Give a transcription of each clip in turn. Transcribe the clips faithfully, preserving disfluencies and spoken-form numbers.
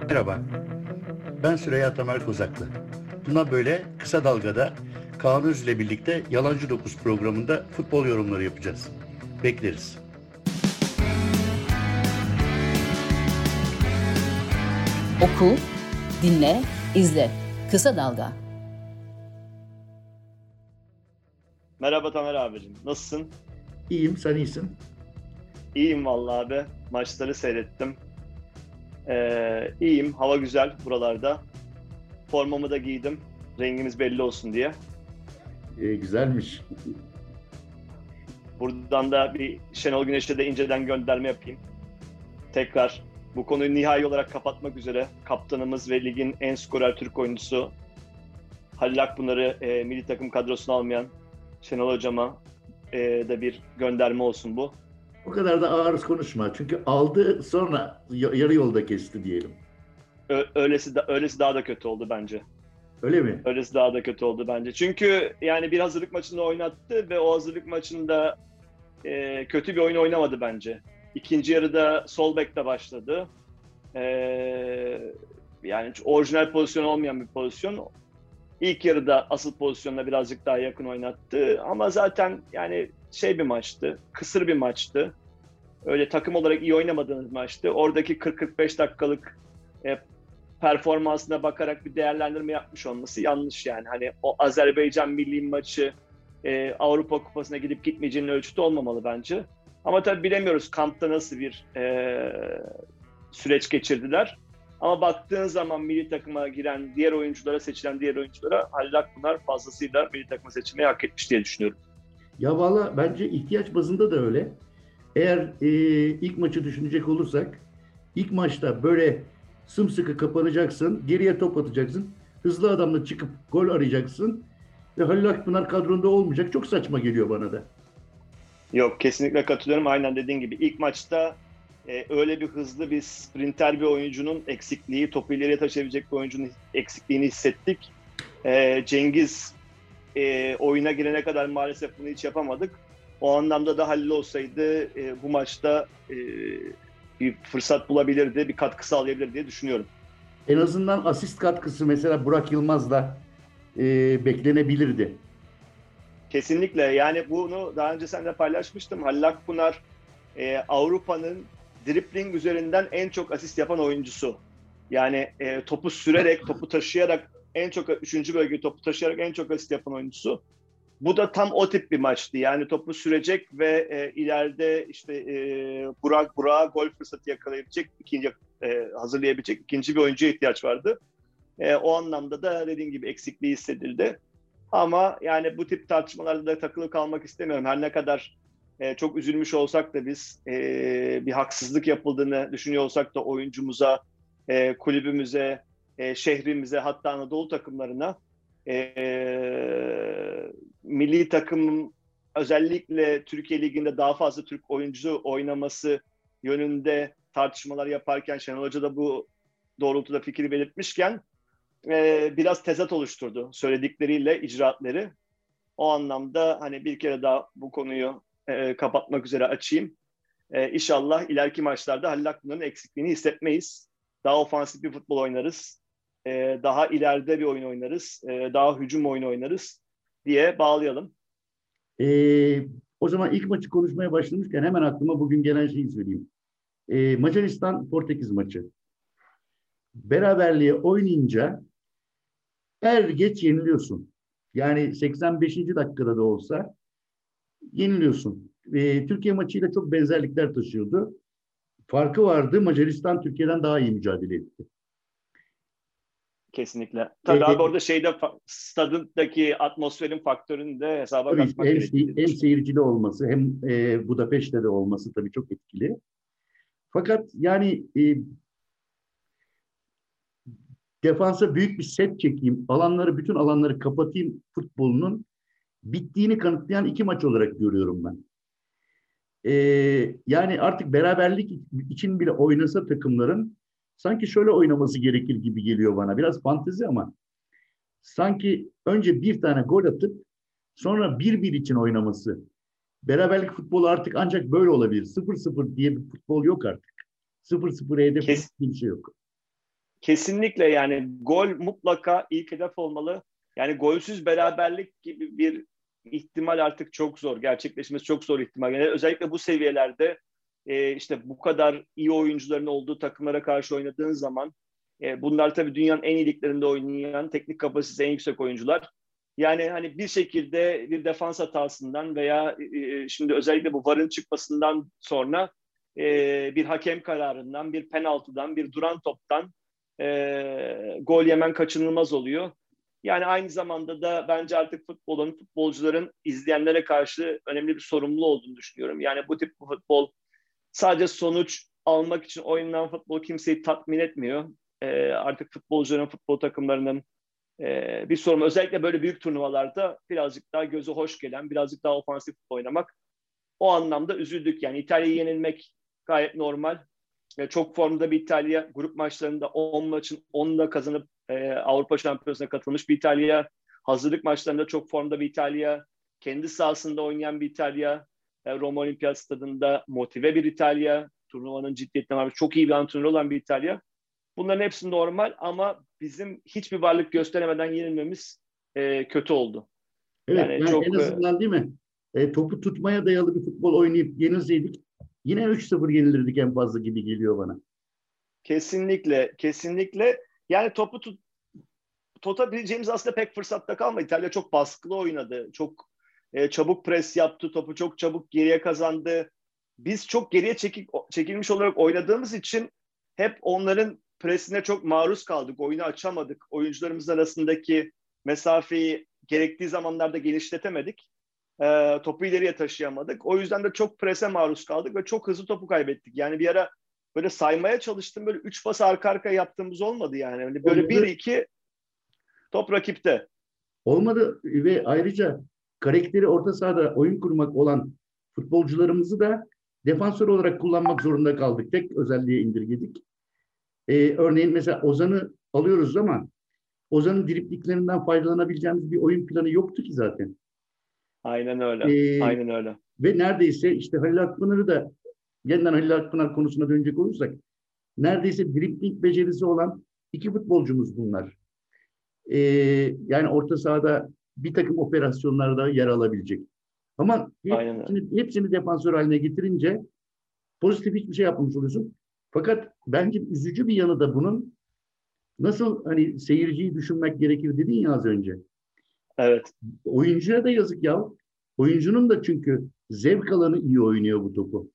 Merhaba, ben Süreyya Tamer Kozaklı. Bundan böyle Kısa Dalga'da Kaan Öz ile birlikte Yalancı Dokuz programında futbol yorumları yapacağız. Bekleriz. Oku, dinle, izle. Kısa Dalga. Merhaba Tamer abicim. Nasılsın? İyiyim, sen iyisin. İyiyim vallahi abi. Maçları seyrettim. Ee, iyiyim. Hava güzel buralarda. Formamı da giydim. Rengimiz belli olsun diye. Ee, güzelmiş. Buradan da bir Şenol Güneş'e de inceden gönderme yapayım. Tekrar bu konuyu nihai olarak kapatmak üzere kaptanımız ve ligin en skorer Türk oyuncusu Halil Akpınar'ı e, milli takım kadrosuna almayan Şenol Hocam'a e, da bir gönderme olsun bu. O kadar da ağır konuşma. Çünkü aldı sonra yarı yolda kesti diyelim. Ö- öylesi, da, öylesi daha da kötü oldu bence. Öyle mi? Öylesi daha da kötü oldu bence. Çünkü yani bir hazırlık maçında oynattı ve o hazırlık maçında e, kötü bir oyun oynamadı bence. İkinci yarıda sol bekte başladı. E, yani orijinal pozisyon olmayan bir pozisyon. İlk yarıda asıl pozisyonuna birazcık daha yakın oynattı. Ama zaten yani şey bir maçtı, kısır bir maçtı. Öyle takım olarak iyi oynamadığınız maçtı. Oradaki kırk kırk beş dakikalık e, performansına bakarak bir değerlendirme yapmış olması yanlış yani. Hani o Azerbaycan milli maçı e, Avrupa Kupası'na gidip gitmeyeceğinin ölçütü olmamalı bence. Ama tabii bilemiyoruz kampta nasıl bir e, süreç geçirdiler. Ama baktığın zaman milli takıma giren diğer oyunculara, seçilen diğer oyunculara Halil Akpınar fazlasıyla milli takıma seçilmeyi hak etmiş diye düşünüyorum. Ya valla bence ihtiyaç bazında da öyle. Eğer e, ilk maçı düşünecek olursak, ilk maçta böyle sımsıkı kapanacaksın, geriye top atacaksın, hızlı adamla çıkıp gol arayacaksın ve Halil Akpınar kadronda olmayacak. Çok saçma geliyor bana da. Yok, kesinlikle katılıyorum. Aynen dediğin gibi ilk maçta e, öyle bir hızlı bir sprinter bir oyuncunun eksikliği, topu ileriye taşıyabilecek bir oyuncunun eksikliğini hissettik. E, Cengiz e, oyuna girene kadar maalesef bunu hiç yapamadık. O anlamda da Halil olsaydı e, bu maçta e, bir fırsat bulabilirdi, bir katkı sağlayabilir diye düşünüyorum. En azından asist katkısı mesela Burak Yılmaz'la e, beklenebilirdi. Kesinlikle, yani bunu daha önce seninle paylaşmıştım. Halil Akpınar e, Avrupa'nın dribling üzerinden en çok asist yapan oyuncusu. Yani e, topu sürerek, topu taşıyarak en çok, üçüncü bölgeyi topu taşıyarak en çok asist yapan oyuncusu. Bu da tam o tip bir maçtı. Yani topu sürecek ve e, ileride işte e, Burak Burak'a gol fırsatı yakalayabilecek, ikinci e, hazırlayabilecek ikinci bir oyuncuya ihtiyaç vardı. E, o anlamda da dediğim gibi eksikliği hissedildi. Ama yani bu tip tartışmalarda da takılı kalmak istemiyorum. Her ne kadar e, çok üzülmüş olsak da biz e, bir haksızlık yapıldığını düşünüyor olsak da oyuncumuza, e, kulübümüze, e, şehrimize, hatta Anadolu takımlarına e, milli takım özellikle Türkiye Ligi'nde daha fazla Türk oyuncu oynaması yönünde tartışmalar yaparken Şenol Hoca da bu doğrultuda fikri belirtmişken e, biraz tezat oluşturdu söyledikleriyle icraatleri. O anlamda hani bir kere daha bu konuyu e, kapatmak üzere açayım. E, İnşallah ileriki maçlarda Halil Akpınar'ın eksikliğini hissetmeyiz. Daha ofansif bir futbol oynarız. E, daha ileride bir oyun oynarız. E, daha hücum oyunu oynarız diye bağlayalım. E, O zaman ilk maçı konuşmaya başlamışken hemen aklıma bugün gelen şeyi söyleyeyim. E, Macaristan-Portekiz maçı. Beraberliğe oynayınca er geç yeniliyorsun. Yani seksen beşinci dakikada da olsa yeniliyorsun. E, Türkiye maçıyla çok benzerlikler taşıyordu. Farkı vardı. Macaristan Türkiye'den daha iyi mücadele etti. Kesinlikle. Tabii abi E, orada şeyde stadındaki atmosferin faktörünü de hesaba tabii katmak hem, gerekiyor diye hem düşünüyorum. seyircili olması hem e, Budapeşte de olması tabii çok etkili. Fakat yani e, defansa büyük bir set çekeyim, alanları bütün alanları kapatayım futbolunun bittiğini kanıtlayan iki maç olarak görüyorum ben. Ee, yani artık beraberlik için bile oynasa takımların sanki şöyle oynaması gerekir gibi geliyor bana. Biraz fantezi ama sanki önce bir tane gol atıp sonra bir bir için oynaması. Beraberlik futbolu artık ancak böyle olabilir. sıfır sıfır diye bir futbol yok artık. sıfır sıfır hedef Kes, bir şey yok. Kesinlikle yani gol mutlaka ilk hedef olmalı. Yani golsüz beraberlik gibi bir ihtimal artık çok zor. Gerçekleşmesi çok zor ihtimal. Yani özellikle bu seviyelerde e, işte bu kadar iyi oyuncuların olduğu takımlara karşı oynadığın zaman e, bunlar tabii dünyanın en iyi liglerinde oynayan, teknik kapasitesi en yüksek oyuncular. Yani hani bir şekilde bir defans hatasından veya e, şimdi özellikle bu VAR'ın çıkmasından sonra e, bir hakem kararından, bir penaltıdan, bir duran toptan e, gol yemen kaçınılmaz oluyor. Yani aynı zamanda da bence artık futbolun, futbolcuların izleyenlere karşı önemli bir sorumluluğu olduğunu düşünüyorum. Yani bu tip bu futbol sadece sonuç almak için oynanan futbol kimseyi tatmin etmiyor. E, artık futbolcuların, futbol takımlarının e, bir sorun. Özellikle böyle büyük turnuvalarda birazcık daha gözü hoş gelen, birazcık daha ofansif futbol oynamak. O anlamda üzüldük. Yani İtalya'yı yenilmek gayet normal. E, çok formda bir İtalya. Grup maçlarında on maçın onunu kazanıp e, Avrupa Şampiyonası'na katılmış bir İtalya. Hazırlık maçlarında çok formda bir İtalya. Kendi sahasında oynayan bir İtalya. E, Roma Olimpiyat Stadında motive bir İtalya. Turnuvanın ciddiyetine var. Çok iyi bir antrenör olan bir İtalya. Bunların hepsi normal ama bizim hiçbir varlık gösteremeden yenilmemiz e, kötü oldu. Evet, Yani yani en çok e, azından değil mi? E, topu tutmaya dayalı bir futbol oynayıp yenilseydik yine üç sıfır yenilirdik en fazla gibi geliyor bana. kesinlikle, kesinlikle yani topu tut, tutabileceğimiz aslında pek fırsatta kalmadı. İtalya çok baskılı oynadı. Çok e, çabuk pres yaptı. Topu çok çabuk geriye kazandı. Biz çok geriye çekik, çekilmiş olarak oynadığımız için hep onların presine çok maruz kaldık. Oyunu açamadık. Oyuncularımız arasındaki mesafeyi gerektiği zamanlarda genişletemedik. E, topu ileriye taşıyamadık. O yüzden de çok prese maruz kaldık ve çok hızlı topu kaybettik. Yani bir ara böyle saymaya çalıştım. Böyle üç pas arka arkaya yaptığımız olmadı yani. Yani böyle bir Olmadı, iki top rakipte. olmadı ve ayrıca karakteri orta sahada oyun kurmak olan futbolcularımızı da defansör olarak kullanmak zorunda kaldık. Tek özelliğe indirgedik. Ee, örneğin mesela Ozan'ı alıyoruz ama Ozan'ın dripliklerinden faydalanabileceğimiz bir oyun planı yoktu ki zaten. Aynen öyle. Ee, Aynen öyle. ve neredeyse işte Halil Akpınar'ı da yeniden Halil Akpınar konusuna dönecek olursak neredeyse dribling becerisi olan iki futbolcumuz bunlar. Ee, yani orta sahada bir takım operasyonlarda yer alabilecek. Ama Aynen öyle. hepsini, hepsini defansör haline getirince pozitif hiçbir şey yapmamış oluyorsun. Fakat bence üzücü bir yanı da bunun nasıl hani seyirciyi düşünmek gerekir dedin ya az önce. Evet. Oyuncuya da yazık ya. Oyuncunun da çünkü zevk alanı iyi oynuyor bu topu.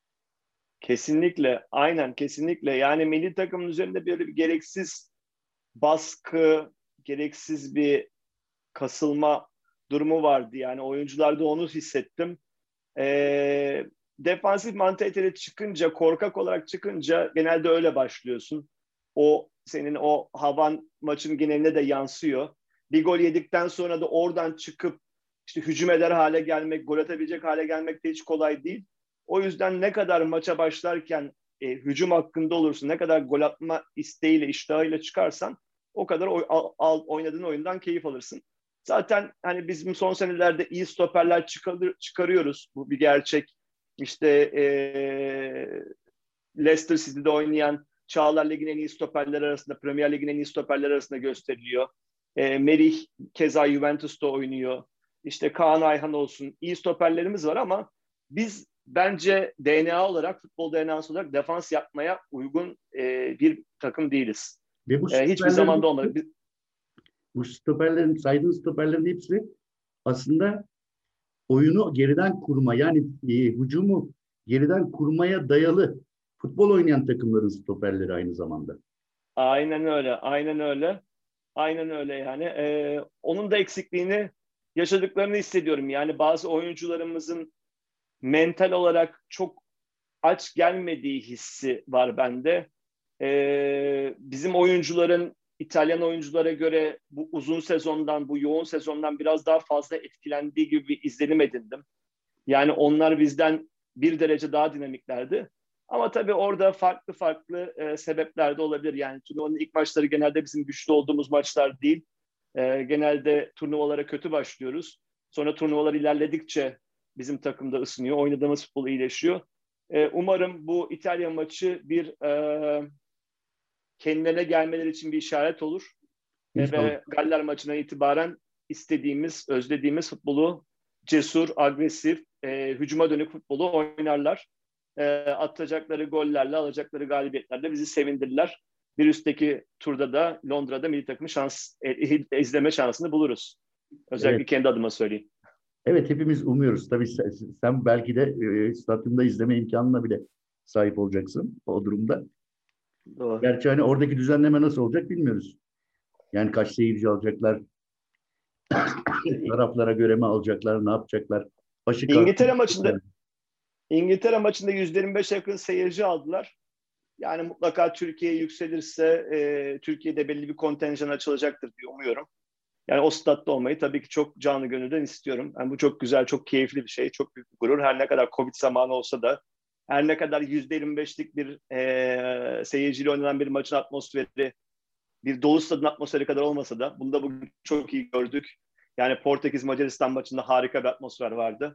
Kesinlikle. Aynen kesinlikle. Yani milli takımın üzerinde böyle bir gereksiz baskı, gereksiz bir kasılma durumu vardı. Yani oyuncularda onu hissettim. Ee, Defansif mantaliteyle çıkınca, korkak olarak çıkınca genelde öyle başlıyorsun. O senin o havan maçın geneline de yansıyor. Bir gol yedikten sonra da oradan çıkıp işte hücum eder hale gelmek, gol atabilecek hale gelmek de hiç kolay değil. O yüzden ne kadar maça başlarken e, hücum hakkında olursun, ne kadar gol atma isteğiyle, iştahıyla çıkarsan o kadar oy, al, al, oynadığın oyundan keyif alırsın. Zaten hani bizim son senelerde iyi stoperler çıkarır, çıkarıyoruz. Bu bir gerçek. İşte e, Leicester City'de oynayan Çağlar Lig'in en iyi stoperler arasında, Premier Lig'in en iyi stoperler arasında gösteriliyor. E, Merih keza Juventus'ta oynuyor. İşte Kaan Ayhan olsun. İyi stoperlerimiz var ama biz bence D N A olarak, futbol D N A'sı olarak defans yapmaya uygun e, bir takım değiliz. Ve bu E, hiçbir stoperlerin zaman da hepsi, olmadı. Biz, bu stoperlerin, saydığın stoperlerin hepsi aslında oyunu geriden kurma yani e, hücumu geriden kurmaya dayalı futbol oynayan takımların stoperleri aynı zamanda. aynen öyle, aynen öyle. Aynen öyle yani. Ee, onun da eksikliğini yaşadıklarını hissediyorum. Yani bazı oyuncularımızın mental olarak çok aç gelmediği hissi var bende. Ee, bizim oyuncuların İtalyan oyunculara göre bu uzun sezondan, bu yoğun sezondan biraz daha fazla etkilendiği gibi bir izlenim edindim. Yani onlar bizden bir derece daha dinamiklerdi. Ama tabii orada farklı farklı e, sebepler de olabilir. Yani turnuvanın ilk maçları genelde bizim güçlü olduğumuz maçlar değil. E, genelde turnuvalara kötü başlıyoruz. Sonra turnuvalar ilerledikçe bizim takımda ısınıyor. Oynadığımız futbol iyileşiyor. E, umarım bu İtalya maçı bir e, kendilerine gelmeleri için bir işaret olur. İnşallah. Ve Galler maçından itibaren istediğimiz, özlediğimiz futbolu cesur, agresif, e, hücuma dönük futbolu oynarlar. E, atacakları gollerle, alacakları galibiyetlerle bizi sevindirirler. Bir üstteki turda da Londra'da milli takımı şans, e, izleme şansını buluruz. Özellikle Evet. kendi adıma söyleyeyim. Evet, hepimiz umuyoruz. Tabii sen, sen belki de e, stadyumda izleme imkanına bile sahip olacaksın o durumda. Doğru. Gerçi hani oradaki düzenleme nasıl olacak bilmiyoruz. Yani kaç seyirci alacaklar, taraflara göre mi alacaklar, ne yapacaklar? Başı İngiltere maçında İngiltere maçında yüzde yirmi beşe yakın seyirci aldılar. Yani mutlaka Türkiye yükselirse e, Türkiye'de belli bir kontenjan açılacaktır diye umuyorum. Yani o statta olmayı tabii ki çok canı gönülden istiyorum. Yani bu çok güzel, çok keyifli bir şey, çok büyük bir gurur. Her ne kadar Covid zamanı olsa da, her ne kadar yüzde yirmi beşlik bir e, seyirciyle oynanan bir maçın atmosferi, bir dolu stadın atmosferi kadar olmasa da, bunu da bugün çok iyi gördük. Yani Portekiz-Macaristan maçında harika bir atmosfer vardı.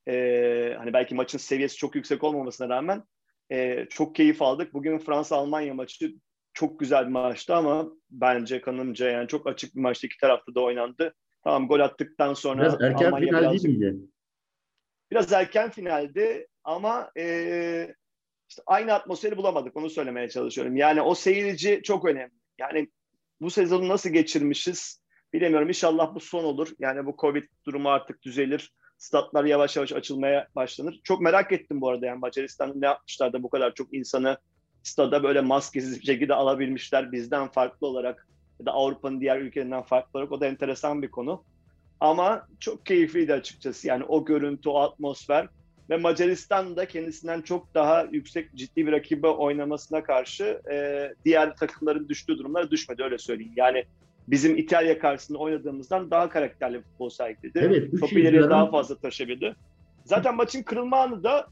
E, hani belki maçın seviyesi çok yüksek olmamasına rağmen e, çok keyif aldık. Bugün Fransa-Almanya maçı çok güzel bir maçtı ama bence kanımca yani çok açık bir maçtı. İki tarafta da oynandı. Tamam, gol attıktan sonra biraz erken Almanya final birazcık, değil miydi? biraz erken finaldi ama e, işte aynı atmosferi bulamadık. Onu söylemeye çalışıyorum. Yani o seyirci çok önemli. Yani bu sezonu nasıl geçirmişiz bilemiyorum. İnşallah bu son olur. Yani bu Covid durumu artık düzelir. Statlar yavaş yavaş açılmaya başlanır. Çok merak ettim bu arada, yani Macaristan'da ne yapmışlar da bu kadar çok insanı stada böyle maskesiz bir şekilde alabilmişler bizden farklı olarak ya da Avrupa'nın diğer ülkelerinden farklı olarak. O da enteresan bir konu. Ama çok keyifliydi açıkçası. Yani o görüntü, o atmosfer ve Macaristan da kendisinden çok daha yüksek, ciddi bir rakibe oynamasına karşı e, diğer takımların düştüğü durumlara düşmedi, öyle söyleyeyim. Yani bizim İtalya karşısında oynadığımızdan daha karakterli bir futbol sergiledi. Evet, üç Topu ileriye yıldır daha fazla taşıyabildi. Zaten maçın kırılma anı da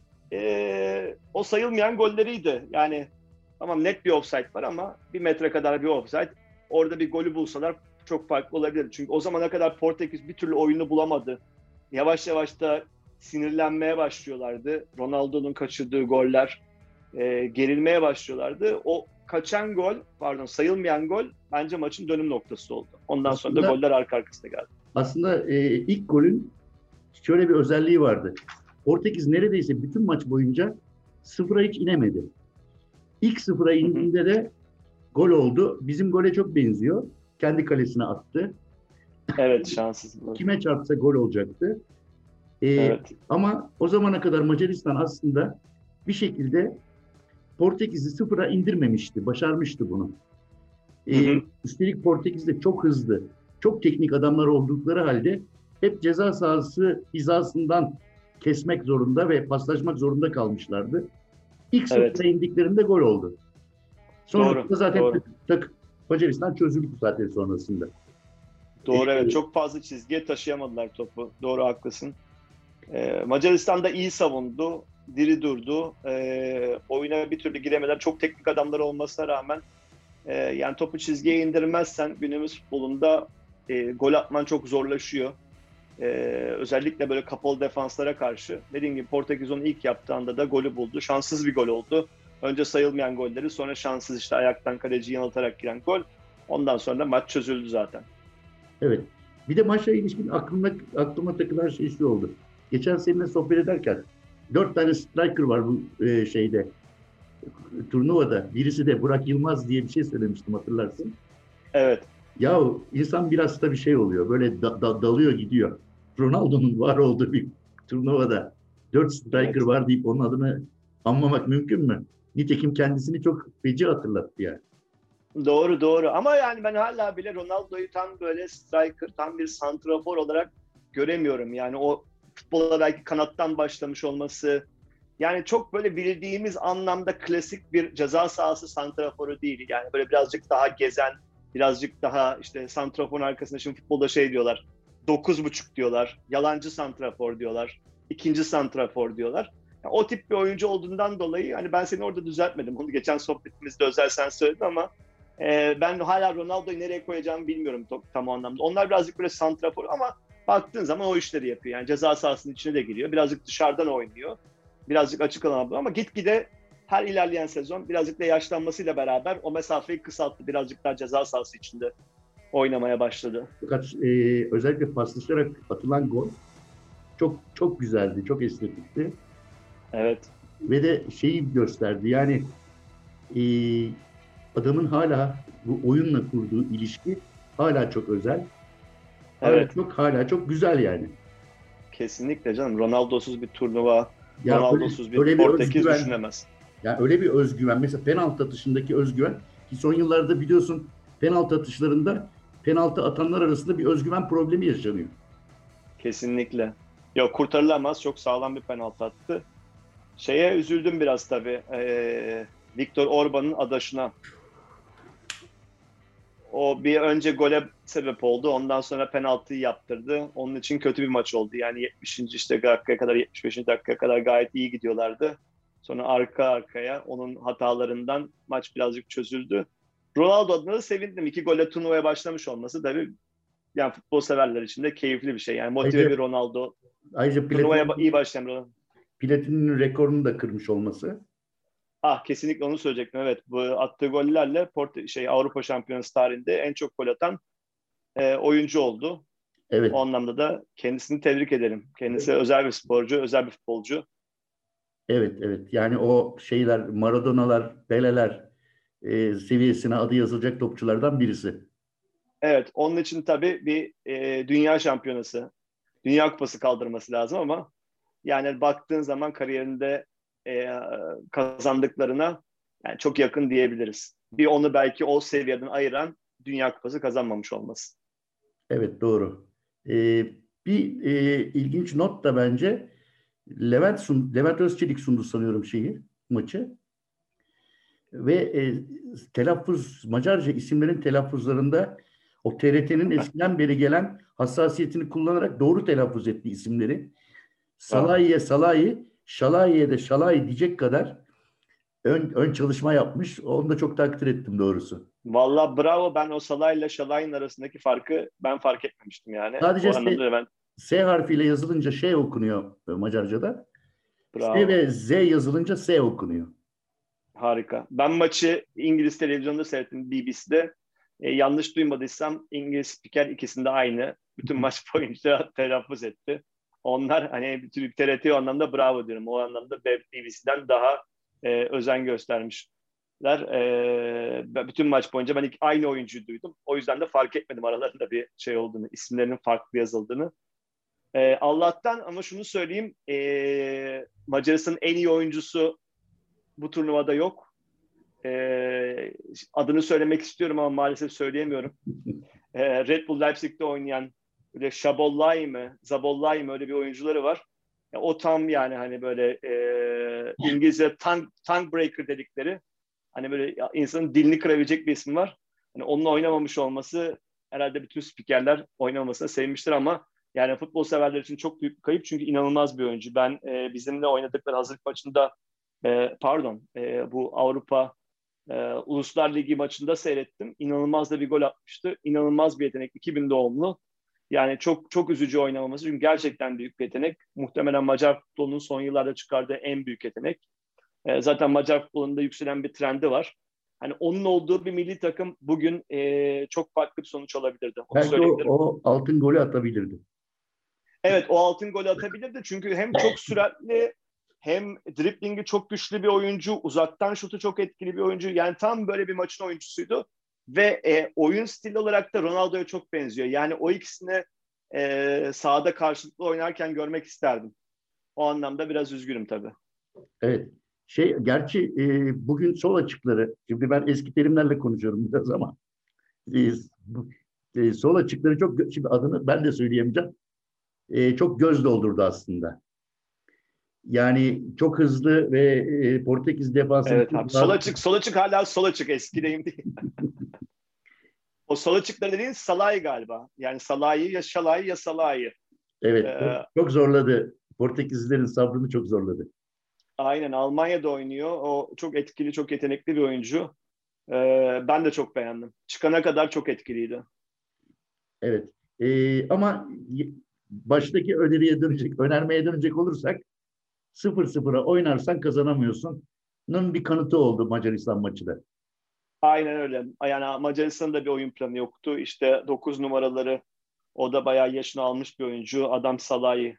e, o sayılmayan golleriydi. Yani tamam, net bir offside var ama bir metre kadar bir offside. Orada bir golü bulsalar çok farklı olabilir. Çünkü o zamana kadar Portekiz bir türlü oyunu bulamadı. Yavaş yavaş da sinirlenmeye başlıyorlardı. Ronaldo'nun kaçırdığı goller, e, gerilmeye başlıyorlardı. O kaçan gol, pardon sayılmayan gol bence maçın dönüm noktası oldu. Ondan sonra da Aslında- goller arka arkasına geldi. Aslında e, ilk golün şöyle bir özelliği vardı. Portekiz neredeyse bütün maç boyunca sıfıra hiç inemedi. İlk sıfıra indiğinde de gol oldu. Bizim gole çok benziyor. Kendi kalesine attı. Evet, şanssız. Kime çarpsa gol olacaktı. Ee, Evet. Ama o zamana kadar Macaristan aslında bir şekilde Portekiz'i sıfıra indirmemişti. Başarmıştı bunu. Ee, Hı hı. Üstelik Portekiz de çok hızlı, çok teknik adamlar oldukları halde hep ceza sahası hizasından kesmek zorunda ve paslaşmak zorunda kalmışlardı. İlk Evet. sıfıra indiklerinde gol oldu. Sonrasında Doğru, zaten doğru. tak, Macaristan çözüldü zaten sonrasında. Doğru, Ee, evet. Çok fazla çizgiye taşıyamadılar topu. Doğru, haklısın. Ee, Macaristan da iyi savundu, diri durdu. Ee, oyuna bir türlü giremediler. Çok teknik adamlar olmasına rağmen e, yani topu çizgiye indirmezsen günümüz futbolunda e, gol atman çok zorlaşıyor. Ee, özellikle böyle kapalı defanslara karşı. Dediğim gibi Portekiz onu ilk yaptığı anda da golü buldu. Şanssız bir gol oldu. Önce sayılmayan golleri, sonra şanssız işte ayaktan kaleciyi yanıltarak giren gol. Ondan sonra da maç çözüldü zaten. Evet. Bir de maçla ilişkin aklımda, aklıma takılan şey şu oldu. Geçen seninle sohbet ederken dört tane striker var bu e, şeyde turnuvada. Birisi de Burak Yılmaz diye bir şey söylemiştim, hatırlarsın. Evet. Ya insan biraz da bir şey oluyor. Böyle da, da, dalıyor gidiyor. Ronaldo'nun var olduğu bir turnuvada dört striker Evet. var deyip onun adını anmamak mümkün mü? Nitekim kendisini çok feci hatırlattı yani. Doğru doğru ama yani ben hala bile Ronaldo'yu tam böyle striker, tam bir santrafor olarak göremiyorum. Yani o futbola belki kanattan başlamış olması, yani çok böyle bildiğimiz anlamda klasik bir ceza sahası santraforu değil. Yani böyle birazcık daha gezen, birazcık daha işte santraforun arkasında, şimdi futbolda şey diyorlar, dokuz buçuk diyorlar, yalancı santrafor diyorlar, ikinci santrafor diyorlar. Yani o tip bir oyuncu olduğundan dolayı hani ben seni orada düzeltmedim. Onu geçen sohbetimizde özel sen söyledin ama Ee, ben hala Ronaldo'yu nereye koyacağımı bilmiyorum tam, tam o anlamda. Onlar birazcık böyle santrafor ama baktığın zaman o işleri yapıyor. Yani ceza sahasının içine de giriyor. Birazcık dışarıdan oynuyor. Birazcık açık alan ama gitgide her ilerleyen sezon birazcık da yaşlanmasıyla beraber o mesafeyi kısalttı. Birazcık daha ceza sahası içinde oynamaya başladı. Fakat e, özellikle paslaşarak atılan gol çok çok güzeldi, çok estetikti. Evet. Ve de şeyi gösterdi. Yani e, adamın hala bu oyunla kurduğu ilişki hala çok özel. Hala Evet. çok hala çok güzel yani. Kesinlikle canım. Ronaldo'suz bir turnuva, Ya öyle, Ronaldo'suz bir öyle bir Portekiz özgüven, düşünemez. yani öyle bir özgüven. Mesela penaltı atışındaki özgüven ki son yıllarda biliyorsun penaltı atışlarında penaltı atanlar arasında bir özgüven problemi yaşanıyor. Kesinlikle. Yok, kurtarılamaz. Çok sağlam bir penaltı attı. Şeye üzüldüm biraz tabii. Ee, Viktor Orban'ın adaşına. O bir önce gole sebep oldu. Ondan sonra penaltıyı yaptırdı. Onun için kötü bir maç oldu. Yani yetmişinci işte dakikaya kadar, yetmiş beşinci dakikaya kadar gayet iyi gidiyorlardı. Sonra arka arkaya onun hatalarından maç birazcık çözüldü. Ronaldo adına da sevindim. İki golle turnuvaya başlamış olması tabii, yani futbol severler için de keyifli bir şey. Yani motive Ayrıca, bir Ronaldo. ayrıca Turnuvaya Platini, iyi başlayan Ronaldo. Platini'nin rekorunu da kırmış olması. Ah, kesinlikle onu söyleyecektim. Evet, bu attığı gollerle Port şey Avrupa Şampiyonası tarihinde en çok gol atan e, oyuncu oldu. O Evet. anlamda da kendisini tebrik ederim. Kendisi özel bir sporcu, özel bir futbolcu. Evet, evet. Yani o şeyler, Maradona'lar, Pele'ler e, seviyesine adı yazılacak topçulardan birisi. Evet, onun için tabii bir e, dünya şampiyonası, dünya kupası kaldırması lazım ama yani baktığın zaman kariyerinde e, kazandıklarına yani çok yakın diyebiliriz. Bir onu belki o seviyeden ayıran dünya kupası kazanmamış olması. Evet, doğru. E, bir e, ilginç not da bence Levent, sun, Levent Özçelik sundu sanıyorum şeyi, maçı. Ve e, telaffuz, Macarca isimlerin telaffuzlarında o T R T'nin eskiden beri gelen hassasiyetini kullanarak doğru telaffuz ettiği isimleri. Bravo. Salahi'ye Salahi, Şalahi'ye de Şalahi diyecek kadar ön, ön çalışma yapmış. Onu da çok takdir ettim doğrusu. Valla bravo, ben o Salah ile Şalay'ın arasındaki farkı ben fark etmemiştim yani. Sadece O S, anlamda da ben S harfiyle yazılınca şey okunuyor e, Macarca'da. S bravo. ve Z yazılınca S okunuyor. Harika. Ben maçı İngiliz televizyonda seyrettim, B B C'de. E, yanlış duymadıysam İngiliz spiker ikisinde aynı. Bütün maç boyunca telaffuz etti. Onlar hani Türk T R T o anlamda bravo diyorum. O anlamda B B C'den daha e, özen göstermişler. E, bütün maç boyunca ben ilk aynı oyuncuyu duydum. O yüzden de fark etmedim aralarında bir şey olduğunu, isimlerinin farklı yazıldığını. E, Allah'tan ama şunu söyleyeyim. E, Macaristan'ın en iyi oyuncusu bu turnuvada yok. Ee, adını söylemek istiyorum ama maalesef söyleyemiyorum. Ee, Red Bull Leipzig'te oynayan böyle Şabollay mı, Zabollay mı, öyle bir oyuncuları var. Ya, o tam yani hani böyle e, İngilizce tongue, tongue breaker dedikleri, hani böyle ya, insanın dilini kırabilecek bir isim var. Hani onunla oynamamış olması, herhalde bütün spikerler oynamamasına sevmiştir ama yani futbol severler için çok büyük bir kayıp çünkü inanılmaz bir oyuncu. Ben e, bizimle oynadıkları hazırlık maçında e, pardon e, bu Avrupa e, Uluslar Ligi maçında seyrettim. İnanılmaz da bir gol atmıştı. İnanılmaz bir yetenek. iki bin doğumlu. Yani çok çok üzücü oynamaması. Çünkü gerçekten büyük bir yetenek. Muhtemelen Macar futbolunun son yıllarda çıkardığı en büyük yetenek. E, zaten Macar futbolunda yükselen bir trendi var. Hani onun olduğu bir milli takım bugün e, çok farklı bir sonuç alabilirdi. Onu Belki o, söyleyebilirim. o altın golü atabilirdi. Evet, o altın golü atabilirdi. Çünkü hem çok süratli, hem driblingi çok güçlü bir oyuncu, uzaktan şutu çok etkili bir oyuncu. Yani tam böyle bir maçın oyuncusuydu. Ve e, oyun stili olarak da Ronaldo'ya çok benziyor. Yani o ikisini e, sahada karşılıklı oynarken görmek isterdim. O anlamda biraz üzgünüm tabii. Evet. Şey, gerçi e, bugün sol açıkları, şimdi ben eski terimlerle konuşuyorum biraz ama e, bu, e, sol açıkları çok, şimdi adını ben de söyleyemeyeceğim, e, çok göz doldurdu aslında. Yani çok hızlı ve e, Portekiz defansını Evet abi. çok Sol rahat. açık, sol açık hala sol açık. Eskideyim değil. O sol açıkları dediğin Salah'ı galiba. Yani Salah'ı ya Şalah'ı ya Salah'ı. Evet, çok, Ee, çok zorladı. Portekizlilerin sabrını çok zorladı. aynen, Almanya'da oynuyor. O çok etkili, çok yetenekli bir oyuncu. Ee, ben de çok beğendim. Çıkana kadar çok etkiliydi. Evet. E, ama baştaki öneriye dönecek, önermeye dönecek olursak sıfır sıfıra oynarsan kazanamıyorsun. bir kanıtı oldu Macaristan maçı da. Aynen öyle. Yani Macaristan'ın da bir oyun planı yoktu. İşte dokuz numaraları, o da bayağı yaşını almış bir oyuncu. Adam Salah'ı,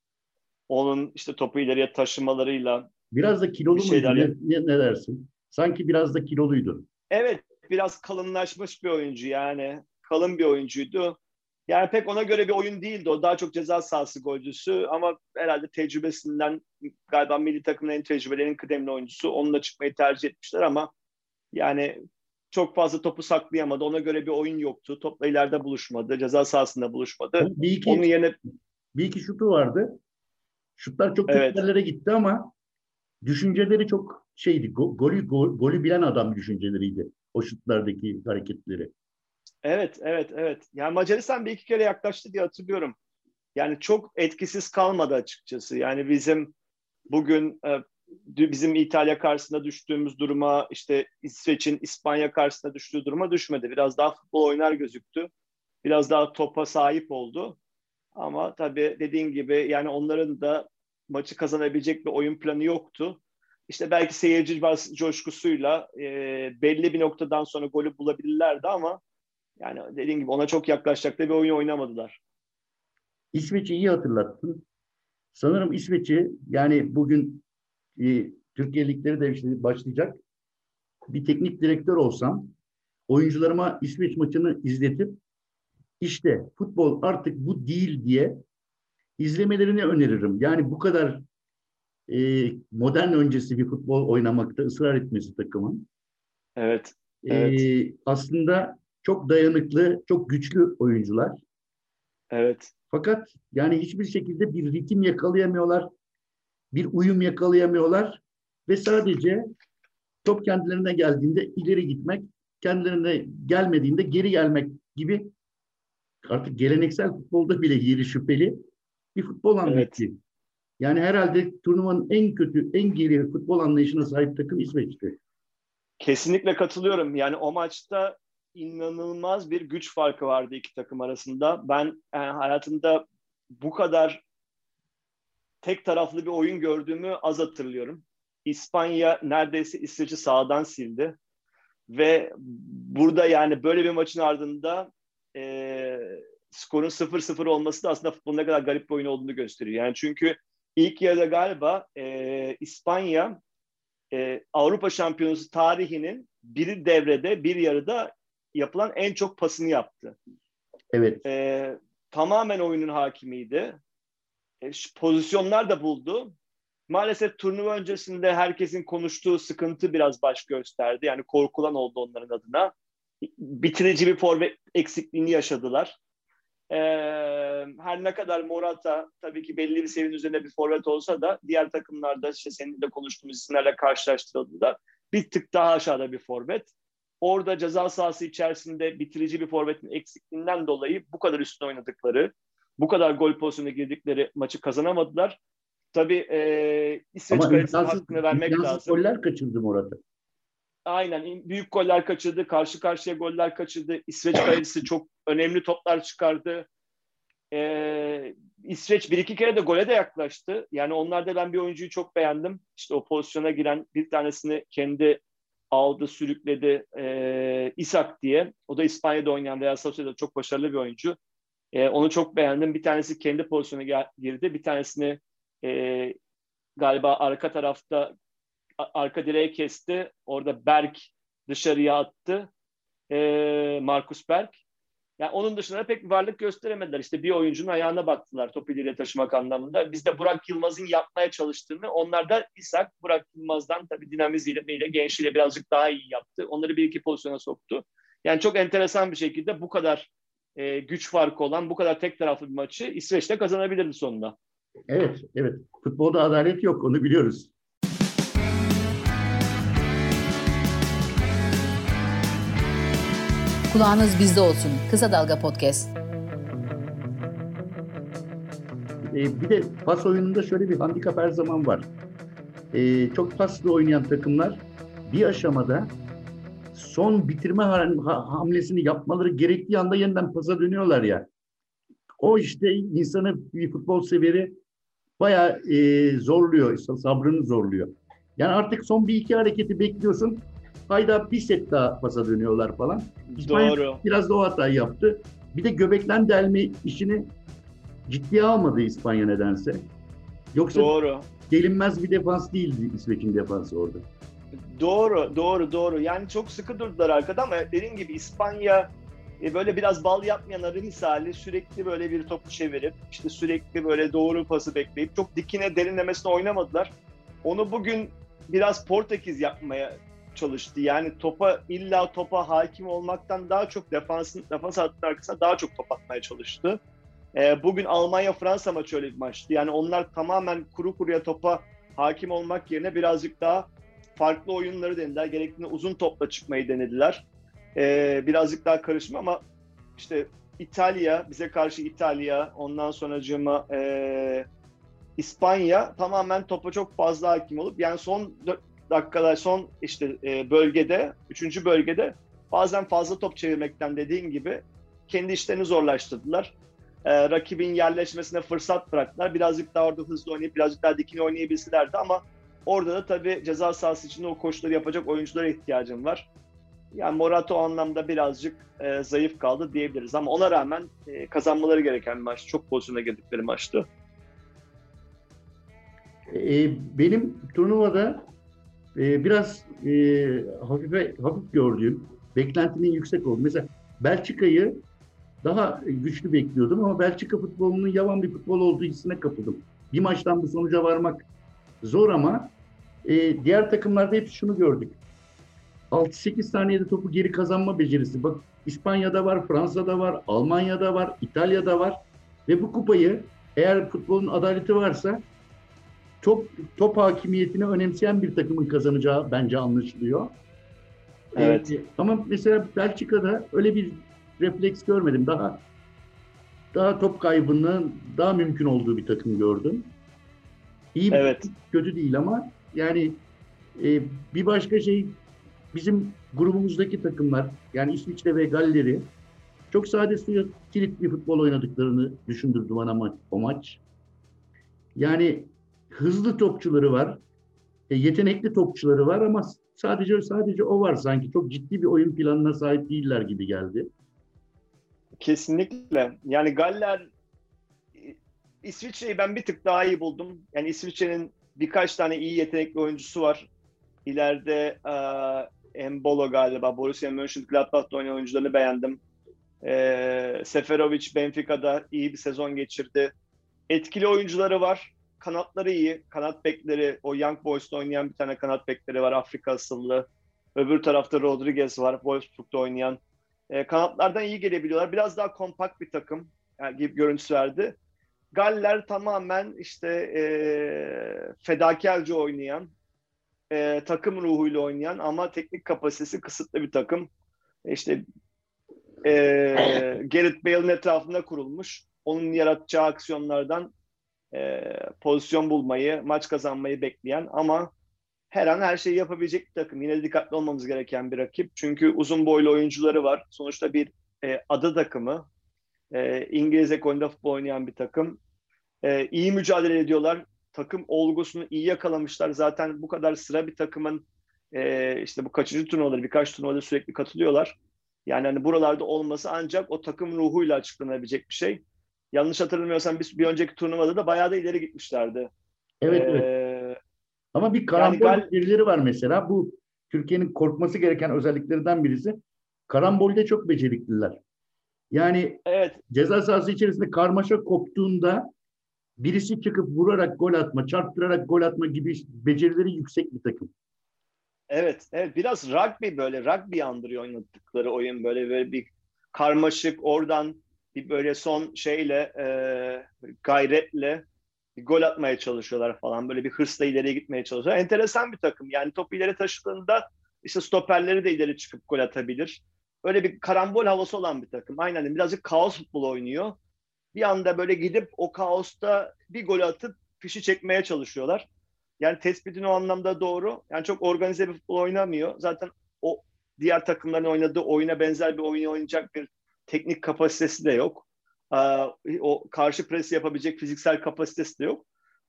onun işte topu ileriye taşımalarıyla Biraz da bir kilolu muydu? şeyler Ne, yap. ne, ne dersin? Sanki biraz da kiloluydu. Evet, biraz kalınlaşmış bir oyuncu yani. Kalın bir oyuncuydu. Yani pek ona göre bir oyun değildi o. Daha çok ceza sahası golcüsü ama herhalde tecrübesinden galiba milli takımın en tecrübeli, en kıdemli oyuncusu. Onunla çıkmayı tercih etmişler ama yani çok fazla topu saklayamadı. Ona göre bir oyun yoktu. Topla ileride buluşmadı. Ceza sahasında buluşmadı. Ama bir iki Onun yerine bir iki şutu vardı. Şutlar çok kötü evet, yerlere gitti ama düşünceleri çok şeydi. Go- golü gol, golü bilen adam düşünceleriydi. O şutlardaki hareketleri. evet, evet, evet. Yani Macaristan bir iki kere yaklaştı diye hatırlıyorum. Yani çok etkisiz kalmadı açıkçası. Yani bizim bugün e, bizim İtalya karşısında düştüğümüz duruma, işte İsveç'in İspanya karşısında düştüğü duruma düşmedi. Biraz daha futbol oynar gözüktü. Biraz daha topa sahip oldu. Ama tabii dediğin gibi yani onların da maçı kazanabilecek bir oyun planı yoktu. İşte belki seyirci coşkusuyla e, belli bir noktadan sonra golü bulabilirlerdi ama yani dediğin gibi ona çok yaklaşacak da bir oyun oynamadılar. İsveç'i iyi hatırlattın. Sanırım İsveç'i yani bugün e, Türkiye ligleri de işte başlayacak. Bir teknik direktör olsam oyuncularıma İsveç maçını izletip işte futbol artık bu değil diye izlemelerini öneririm. Yani bu kadar e, modern öncesi bir futbol oynamakta ısrar etmesi takımın. Evet, evet, E, aslında çok dayanıklı, çok güçlü oyuncular. evet. Fakat yani hiçbir şekilde bir ritim yakalayamıyorlar, bir uyum yakalayamıyorlar ve sadece top kendilerine geldiğinde ileri gitmek, kendilerine gelmediğinde geri gelmek gibi artık geleneksel futbolda bile yeri şüpheli bir futbol Evet. anlayışı. Yani herhalde turnuvanın en kötü, en geri futbol anlayışına sahip takım İsveç'ti. Kesinlikle katılıyorum. Yani o maçta inanılmaz bir güç farkı vardı iki takım arasında. Ben yani hayatımda bu kadar tek taraflı bir oyun gördüğümü az hatırlıyorum. İspanya neredeyse İsveç'i sağdan sildi. Ve burada yani böyle bir maçın ardında e, skorun sıfır sıfır olması da aslında futbolun ne kadar garip bir oyun olduğunu gösteriyor. Yani çünkü ilk yarıda galiba e, İspanya e, Avrupa Şampiyonası tarihinin bir devrede, bir yarıda yapılan en çok pasını yaptı. Evet. E, tamamen oyunun hakimiydi. E, pozisyonlar da buldu. Maalesef turnuva öncesinde herkesin konuştuğu sıkıntı biraz baş gösterdi. Yani korkulan oldu onların adına. Bitirici bir forvet eksikliğini yaşadılar. Ee, her ne kadar Morata tabii ki belli bir seviyenin üzerinde bir forvet olsa da diğer takımlarda işte senin de konuştuğumuz isimlerle karşılaştırıldığında bir tık daha aşağıda bir forvet. Orada ceza sahası içerisinde bitirici bir forvetin eksikliğinden dolayı bu kadar üstüne oynadıkları, bu kadar gol pozisyonuna girdikleri maçı kazanamadılar. Tabii e, İsveç Ama kalitesinin imkansız, hakkını vermek imkansız lazım. goller kaçırdı Morata. Aynen büyük goller kaçırdı, karşı karşıya goller kaçırdı. İsveç kalecisi çok önemli toplar çıkardı. Ee, İsveç bir iki kere de gole de yaklaştı. Yani onlarda ben bir oyuncuyu çok beğendim. İşte o pozisyona giren bir tanesini kendi aldı, sürükledi. Ee, Isak diye. O da İspanya'da oynayan Real Sociedad'da çok başarılı bir oyuncu. Ee, onu çok beğendim. Bir tanesi kendi pozisyona girdi. Bir tanesini e, galiba arka tarafta arka direğe kesti. Orada Berg dışarıya attı. Ee, Markus Berg. Yani onun dışında pek bir varlık gösteremediler. İşte bir oyuncunun ayağına baktılar topu ileriye taşımak anlamında. Biz de Burak Yılmaz'ın yapmaya çalıştığını, onlar da İshak, Burak Yılmaz'dan tabii dinamizmiyle, gençliğiyle birazcık daha iyi yaptı. Onları bir iki pozisyona soktu. Yani çok enteresan bir şekilde bu kadar e, güç farkı olan, bu kadar tek taraflı bir maçı İsveç'te kazanabilirdi sonunda. Evet, evet. Futbolda adalet yok, onu biliyoruz. Kulağınız bizde olsun. Kısa Dalga Podcast. Ee, bir de pas oyununda şöyle bir handikap her zaman var. Ee, çok paslı oynayan takımlar bir aşamada son bitirme hamlesini yapmaları gerektiği anda yeniden pasa dönüyorlar ya. O işte insanı bir futbol severi bayağı e, zorluyor, sabrını zorluyor. Yani artık son bir iki hareketi bekliyorsun. Hayda bir set daha pasa dönüyorlar falan. İspanya Doğru. biraz da o hatayı yaptı. Bir de göbekten delme işini ciddiye almadı İspanya nedense. Yoksa Doğru. gelinmez bir defans değildi İsveç'in defansı orada. Doğru, doğru, doğru. Yani çok sıkı durdular arkada ama dediğim gibi İspanya e, böyle biraz bal yapmayan arı misali sürekli böyle bir topu çevirip işte sürekli böyle doğru pası bekleyip çok dikine derinlemesine oynamadılar. Onu bugün biraz Portekiz yapmaya çalıştı. Yani topa illa topa hakim olmaktan daha çok defansın defans hattının arkasına daha çok top atmaya çalıştı. E, bugün Almanya-Fransa maçı öyle bir maçtı. Yani onlar tamamen kuru kuruya topa hakim olmak yerine birazcık daha farklı oyunları denediler. Gerektiğinde uzun topla çıkmayı denediler. Ee, birazcık daha karışma ama işte İtalya, bize karşı İtalya, ondan sonracığıma e, İspanya tamamen topa çok fazla hakim olup yani son dört dakikada, son işte e, bölgede, üçüncü bölgede bazen fazla top çevirmekten dediğin gibi kendi işlerini zorlaştırdılar. Ee, rakibin yerleşmesine fırsat bıraktılar. Birazcık daha orada hızlı oynayıp birazcık daha dikine oynayabilselerdi ama orada da tabii ceza sahası içinde o koşuları yapacak oyunculara ihtiyacım var. Yani Morata o anlamda birazcık e, zayıf kaldı diyebiliriz ama ona rağmen e, kazanmaları gereken bir maç. Çok pozisyona girdikleri maçtı. E, benim turnuvada e, biraz e, hafife, hafif gördüğüm, beklentinin yüksek oldu. Mesela Belçika'yı daha güçlü bekliyordum ama Belçika futbolunun yavan bir futbol olduğu hissine kapıldım. Bir maçtan bu sonuca varmak zor ama e, diğer takımlarda hep şunu gördük. altı sekiz saniyede topu geri kazanma becerisi. Bak İspanya'da var, Fransa'da var, Almanya'da var, İtalya'da var. Ve bu kupayı eğer futbolun adaleti varsa top, top hakimiyetini önemseyen bir takımın kazanacağı bence anlaşılıyor. Evet. Ee, ama mesela Belçika'da öyle bir refleks görmedim. Daha daha top kaybının daha mümkün olduğu bir takım gördüm. İyi bir Evet. takım, kötü değil ama yani e, bir başka şey bizim grubumuzdaki takımlar yani İsviçre ve Galler'i çok sade suya kilit bir futbol oynadıklarını düşündürdü bana ma- o maç. Yani hızlı topçuları var, e, yetenekli topçuları var ama sadece sadece o var sanki. Çok ciddi bir oyun planına sahip değiller gibi geldi. Kesinlikle. Yani Galler, İsviçre'yi ben bir tık daha iyi buldum. Yani İsviçre'nin birkaç tane iyi yetenekli oyuncusu var. İleride e, Embolo galiba. Borussia Mönchengladbach'ta oynayan oyuncularını beğendim. E, Seferovic Benfica'da iyi bir sezon geçirdi. Etkili oyuncuları var. Kanatları iyi. Kanat bekleri, o Young Boys'ta oynayan bir tane kanat bekleri var. Afrika asıllı. Öbür tarafta Rodriguez var. Wolfsburg'da oynayan. E, kanatlardan iyi gelebiliyorlar. Biraz daha kompakt bir takım yani gibi görüntüsü verdi. Galler tamamen işte e, fedakarca oynayan, e, takım ruhuyla oynayan ama teknik kapasitesi kısıtlı bir takım. İşte e, Gareth Bale'ın etrafında kurulmuş. Onun yaratacağı aksiyonlardan e, pozisyon bulmayı, maç kazanmayı bekleyen ama her an her şeyi yapabilecek bir takım. Yine de dikkatli olmamız gereken bir rakip. Çünkü uzun boylu oyuncuları var. Sonuçta bir e, ada takımı. E, İngiliz ekolünde futbol oynayan bir takım. E, iyi mücadele ediyorlar. Takım olgusunu iyi yakalamışlar. Zaten bu kadar sıra bir takımın e, işte bu kaçıncı turnuvaları, birkaç turnuvada sürekli katılıyorlar. Yani hani buralarda olması ancak o takım ruhuyla açıklanabilecek bir şey. Yanlış hatırlamıyorsam bir, bir önceki turnuvada da bayağı da ileri gitmişlerdi. Evet, evet. E, Ama bir yani karambol Gal becerileri var mesela. Bu Türkiye'nin korkması gereken özelliklerinden birisi. Karambolde çok becerikliler. Yani evet. ceza sahası içerisinde karmaşa koptuğunda birisi çıkıp vurarak gol atma, çarptırarak gol atma gibi becerileri yüksek bir takım. Evet, evet biraz rugby böyle rugby andırıyor oynadıkları oyun böyle böyle bir karmaşık oradan bir böyle son şeyle e, gayretle bir gol atmaya çalışıyorlar falan böyle bir hırsla ileriye gitmeye çalışıyorlar. Enteresan bir takım yani topu ileri taşıdığında işte stoperleri de ileri çıkıp gol atabilir. Öyle bir karambol havası olan bir takım. Aynen birazcık kaos futbol oynuyor. Bir anda böyle gidip o kaosta bir gol atıp fişi çekmeye çalışıyorlar. Yani tespitin o anlamda doğru. Yani çok organize bir futbol oynamıyor. Zaten o diğer takımların oynadığı oyuna benzer bir oyun oynayacak bir teknik kapasitesi de yok. O karşı pres yapabilecek fiziksel kapasitesi de yok.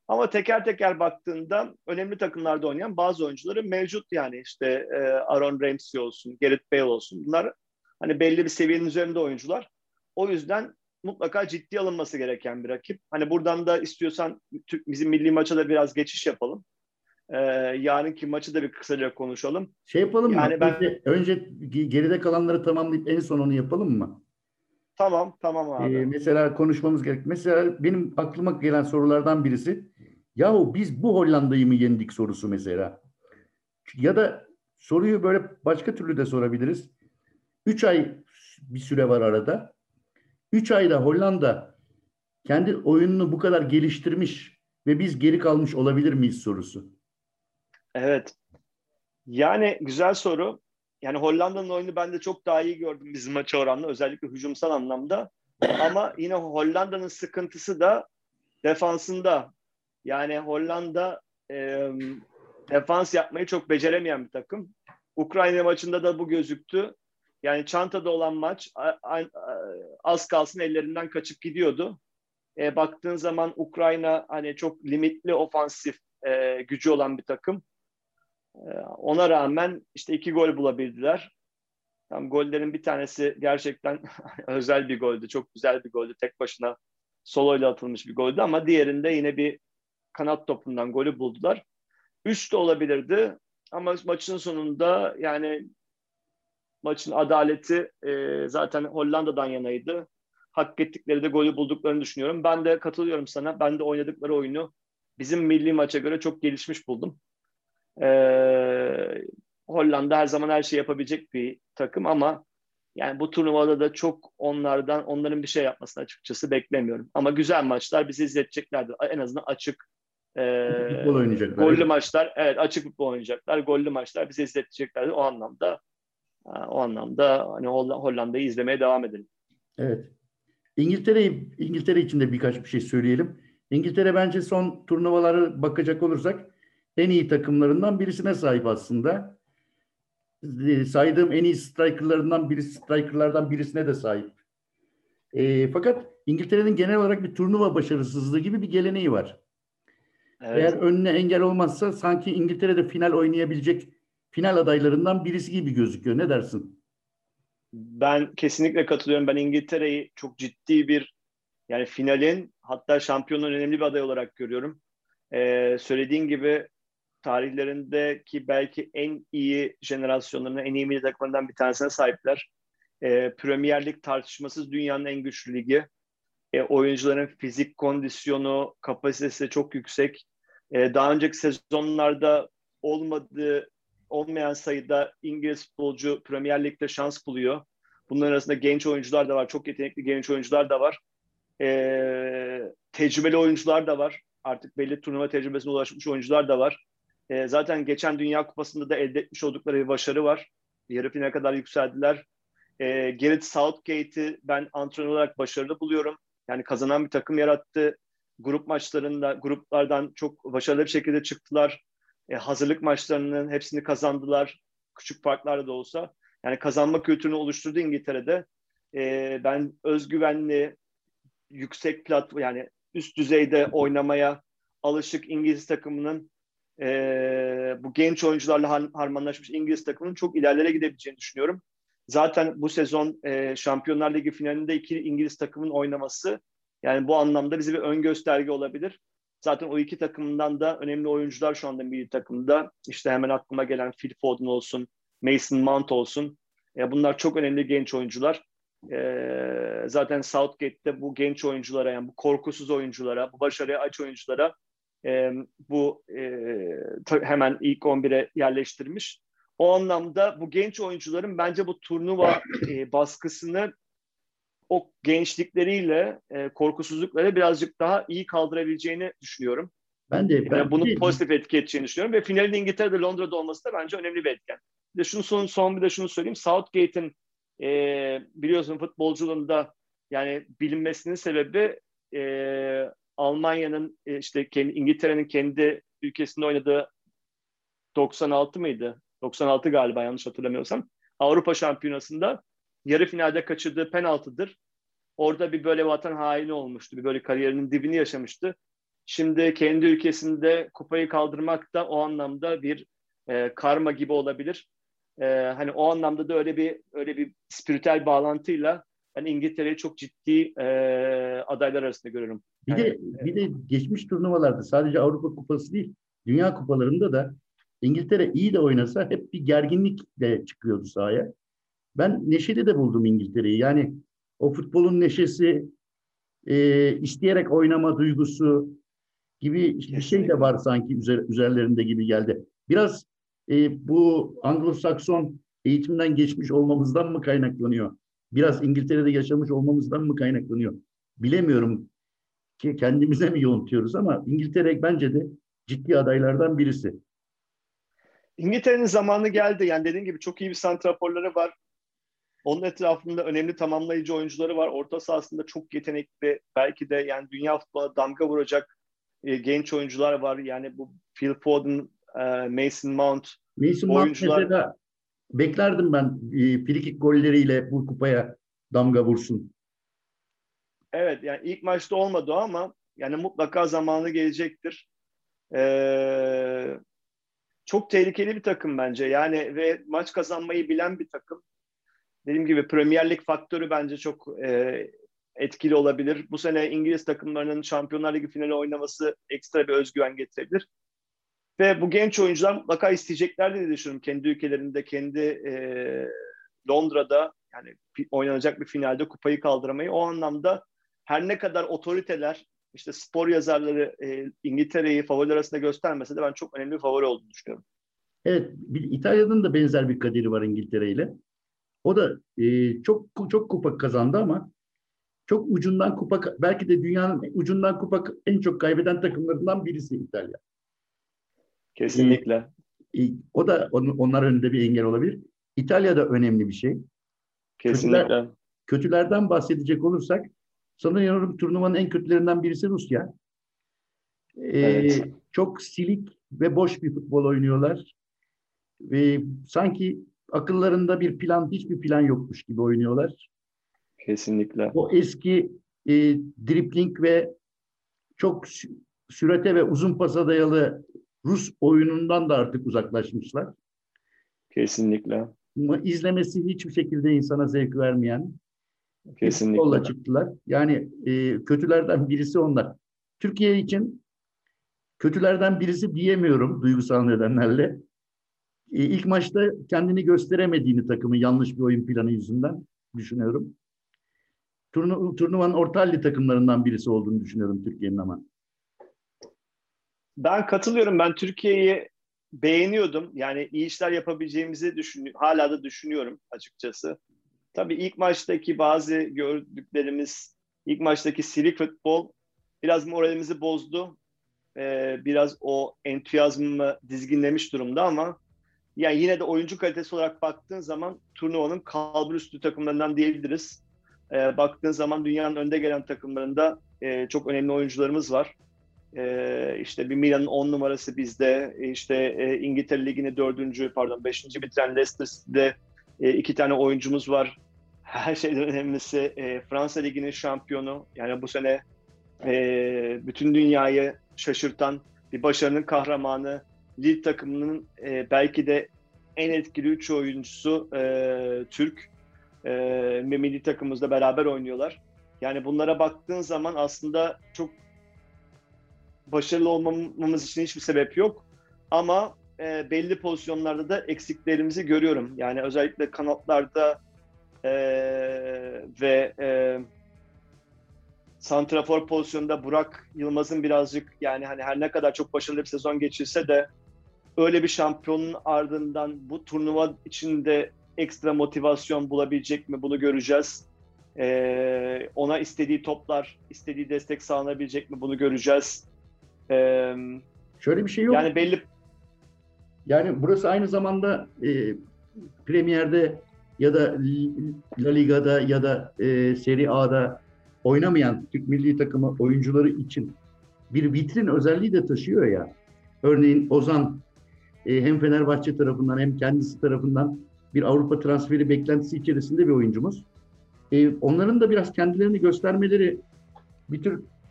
Ama teker teker baktığında önemli takımlarda oynayan bazı oyuncuları mevcut yani işte e, Aaron Ramsey olsun, Gareth Bale olsun. Bunlar hani belli bir seviyenin üzerinde oyuncular. O yüzden mutlaka ciddi alınması gereken bir rakip. Hani buradan da istiyorsan Türk, bizim milli maça da biraz geçiş yapalım. E, yarınki maçı da bir kısaca konuşalım. Şey yapalım mı? Yani ben Önce, önce geride kalanları tamamlayıp en son onu yapalım mı? tamam tamam Ee, abi. mesela konuşmamız gerek. Mesela benim aklıma gelen sorulardan birisi, yahu biz bu Hollanda'yı mı yendik sorusu mesela. Ya da soruyu böyle başka türlü de sorabiliriz. Üç ay bir süre var arada. Üç ayda Hollanda kendi oyununu bu kadar geliştirmiş ve biz geri kalmış olabilir miyiz sorusu. Evet. Yani güzel soru. Yani Hollanda'nın oyunu ben de çok daha iyi gördüm bizim maça oranla. Özellikle hücumsal anlamda. Ama yine Hollanda'nın sıkıntısı da defansında. Yani Hollanda e, defans yapmayı çok beceremeyen bir takım. Ukrayna maçında da bu gözüktü. Yani çantada olan maç a, a, az kalsın ellerinden kaçıp gidiyordu. E, baktığın zaman Ukrayna hani çok limitli ofansif e, gücü olan bir takım. E, ona rağmen işte iki gol bulabildiler. Tam gollerin bir tanesi gerçekten özel bir goldü. Çok güzel bir goldü. Tek başına soloyla atılmış bir goldü ama diğerinde yine bir kanat topundan golü buldular. Üç de olabilirdi ama maçın sonunda yani maçın adaleti e, zaten Hollanda'dan yanaydı. Hak ettikleri de golü bulduklarını düşünüyorum. Ben de katılıyorum sana. Ben de oynadıkları oyunu bizim milli maça göre çok gelişmiş buldum. Ee, Hollanda her zaman her şeyi yapabilecek bir takım ama yani bu turnuvada da çok onlardan onların bir şey yapmasını açıkçası beklemiyorum. Ama güzel maçlar bizi izleteceklerdir. En azından açık e, Futbol oynayacaklar. gollü Evet. maçlar, evet açık futbol oynayacaklar. Gollü maçlar bizi izleteceklerdir. O anlamda o anlamda hani Hollanda'yı izlemeye devam edelim. Evet. İngiltere İngiltere için de birkaç bir şey söyleyelim. İngiltere bence son turnuvaları bakacak olursak en iyi takımlarından birisine sahip aslında. E, saydığım en iyi strikerlarından birisi, strikerlardan birisine de sahip. E, fakat İngiltere'nin genel olarak bir turnuva başarısızlığı gibi bir geleneği var. Eğer Evet. önüne engel olmazsa sanki İngiltere'de final oynayabilecek final adaylarından birisi gibi gözüküyor. Ne dersin? Ben kesinlikle katılıyorum. Ben İngiltere'yi çok ciddi bir yani finalin hatta şampiyonluğun önemli bir aday olarak görüyorum. Ee, söylediğin gibi tarihlerindeki belki en iyi jenerasyonlarına, en iyi milli takımlarından bir tanesine sahipler. Ee, Premier Lig tartışmasız dünyanın en güçlü ligi. Ee, oyuncuların fizik kondisyonu, kapasitesi çok yüksek. Ee, daha önceki sezonlarda olmadığı, olmayan sayıda İngiliz futbolcu Premier Lig'de şans buluyor. Bunların arasında genç oyuncular da var, çok yetenekli genç oyuncular da var. Ee, tecrübeli oyuncular da var. Artık belli turnuva tecrübesine ulaşmış oyuncular da var. Ee, zaten geçen Dünya Kupası'nda da elde etmiş oldukları bir başarı var. Yarı finale kadar yükseldiler. Ee, Gareth Southgate'i ben antrenör olarak başarılı buluyorum. Yani kazanan bir takım yarattı. Grup maçlarında, gruplardan çok başarılı bir şekilde çıktılar. Ee, hazırlık maçlarının hepsini kazandılar. Küçük farklarla da olsa. Yani kazanma kültürünü oluşturdu İngiltere'de. Ee, ben özgüvenli, yüksek platform yani üst düzeyde oynamaya alışık İngiliz takımının e, bu genç oyuncularla har- harmanlaşmış İngiliz takımının çok ilerlere gidebileceğini düşünüyorum. Zaten bu sezon e, Şampiyonlar Ligi finalinde iki İngiliz takımın oynaması yani bu anlamda bize bir ön gösterge olabilir. Zaten o iki takımdan da önemli oyuncular şu anda milli takımda. İşte hemen aklıma gelen Phil Foden olsun, Mason Mount olsun. E, bunlar çok önemli genç oyuncular. E, zaten Southgate'de bu genç oyunculara yani bu korkusuz oyunculara, bu başarıya aç oyunculara e, bu e, ta, hemen ilk on bire yerleştirmiş. O anlamda bu genç oyuncuların bence bu turnuva e, baskısını o gençlikleriyle, e, korkusuzlukları birazcık daha iyi kaldırabileceğini düşünüyorum. Ben de Yani ben bunu bir de pozitif etki edeceğini düşünüyorum ve finalin İngiltere'de Londra'da olması da bence önemli bir etken. Bir de şunu son, son bir de şunu söyleyeyim. Southgate'in e, biliyorsun futbolculuğunda yani bilinmesinin sebebi e, Almanya'nın e, işte kendi, İngiltere'nin kendi ülkesinde oynadığı doksan altı mıydı? doksan altı galiba yanlış hatırlamıyorsam. Avrupa Şampiyonası'nda yarı finalde kaçırdığı penaltıdır. Orada bir böyle vatan haini olmuştu. Bir böyle kariyerinin dibini yaşamıştı. Şimdi kendi ülkesinde kupayı kaldırmak da o anlamda bir e, karma gibi olabilir. E, hani o anlamda da öyle bir öyle bir spiritüel bağlantıyla ben İngiltere'yi çok ciddi e, adaylar arasında görüyorum. Bir Yani, de bir de geçmiş turnuvalarda sadece Avrupa Kupası değil, Dünya Kupalarında da İngiltere iyi de oynasa hep bir gerginlikle çıkıyordu sahaya. Ben neşeli de buldum İngiltere'yi. Yani o futbolun neşesi, e, isteyerek oynama duygusu gibi bir şey de kesinlikle. var sanki üzer, üzerlerinde gibi geldi. Biraz e, bu Anglo-Sakson eğitimden geçmiş olmamızdan mı kaynaklanıyor? Biraz İngiltere'de yaşamış olmamızdan mı kaynaklanıyor? Bilemiyorum ki kendimize mi yontuyoruz ama İngiltere bence de ciddi adaylardan birisi. İngiltere'nin zamanı geldi. Yani dediğim gibi çok iyi bir santraforları var. Onun etrafında önemli tamamlayıcı oyuncuları var. Orta sahasında çok yetenekli, belki de yani dünya futboluna damga vuracak e, genç oyuncular var. Yani bu Phil Foden, e, Mason Mount Mason bu Mount oyuncular, mesela beklerdim ben e, frikik golleriyle bu kupaya damga vursun. evet yani ilk maçta olmadı o ama yani mutlaka zamanı gelecektir. E, Çok tehlikeli bir takım bence. Yani ve maç kazanmayı bilen bir takım. Dediğim gibi Premier Lig faktörü bence çok e, etkili olabilir. Bu sene İngiliz takımlarının Şampiyonlar Ligi finali oynaması ekstra bir özgüven getirebilir. Ve bu genç oyuncular mutlaka isteyecekler diye düşünüyorum. Kendi ülkelerinde, kendi e, Londra'da yani oynanacak bir finalde kupayı kaldıramayı. O anlamda her ne kadar otoriteler, işte spor yazarları e, İngiltere'yi favori arasında göstermese de ben çok önemli bir favori olduğunu düşünüyorum. Evet, bir, İtalya'nın da benzer bir kaderi var İngiltere ile. O da e, çok çok kupa kazandı ama çok ucundan kupa, belki de dünyanın ucundan kupa en çok kaybeden takımlarından birisi İtalya. E, Kesinlikle. e, o da on, onlar önünde bir engel olabilir. İtalya da önemli bir şey. Kötüler Kesinlikle. kötülerden bahsedecek olursak sanıyorum turnuvanın en kötülerinden birisi Rusya. Evet. E, çok silik ve boş bir futbol oynuyorlar. Ve sanki akıllarında bir plan, hiçbir plan yokmuş gibi oynuyorlar. Kesinlikle. O eski e, dribling ve çok sürate ve uzun pasa dayalı Rus oyunundan da artık uzaklaşmışlar. Kesinlikle. Ama izlemesi hiçbir şekilde insana zevk vermeyen bir futbolla Kesinlikle. çıktılar. Yani e, kötülerden birisi onlar. Türkiye için kötülerden birisi diyemiyorum duygusal nedenlerle. E, ilk maçta kendini gösteremediğini takımın yanlış bir oyun planı yüzünden düşünüyorum. Turnu, turnuvanın orta halli takımlarından birisi olduğunu düşünüyorum Türkiye'nin ama. Ben katılıyorum. Ben Türkiye'yi beğeniyordum. Yani iyi işler yapabileceğimizi düşün, hala da düşünüyorum açıkçası. Tabii ilk maçtaki bazı gördüklerimiz, ilk maçtaki silik futbol biraz moralimizi bozdu. Ee, biraz o entüziyazmımı dizginlemiş durumda ama yani yine de oyuncu kalitesi olarak baktığın zaman turnuvanın kalburüstü takımlarından diyebiliriz. Ee, baktığın zaman dünyanın önde gelen takımlarında e, çok önemli oyuncularımız var. Ee, işte bir Milan'ın on numarası bizde, işte e, İngiltere Ligi'ni dördüncü, pardon beşinci bitiren Leicester City'de e, iki tane oyuncumuz var. Her şeyden önemlisi e, Fransa Ligi'nin şampiyonu. Yani bu sene e, bütün dünyayı şaşırtan bir başarının kahramanı. Lille takımının e, belki de en etkili üç oyuncusu e, Türk e, ve milli takımımızla beraber oynuyorlar. Yani bunlara baktığın zaman aslında çok başarılı olmamamız için hiçbir sebep yok. Ama e, belli pozisyonlarda da eksiklerimizi görüyorum. Yani özellikle kanatlarda e, ve e, santrafor pozisyonunda Burak Yılmaz'ın birazcık yani hani her ne kadar çok başarılı bir sezon geçirse de öyle bir şampiyonun ardından bu turnuva içinde ekstra motivasyon bulabilecek mi bunu göreceğiz. E, ona istediği toplar, istediği destek sağlanabilecek mi bunu göreceğiz. Ee, Şöyle bir şey yok. Yani belli. Yani burası aynı zamanda e, Premier'de ya da La Liga'da ya da e, Serie A'da oynamayan Türk milli takımı oyuncuları için bir vitrin özelliği de taşıyor ya. Örneğin Ozan e, hem Fenerbahçe tarafından hem kendisi tarafından bir Avrupa transferi beklentisi içerisinde bir oyuncumuz. E, onların da biraz kendilerini göstermeleri, bir tür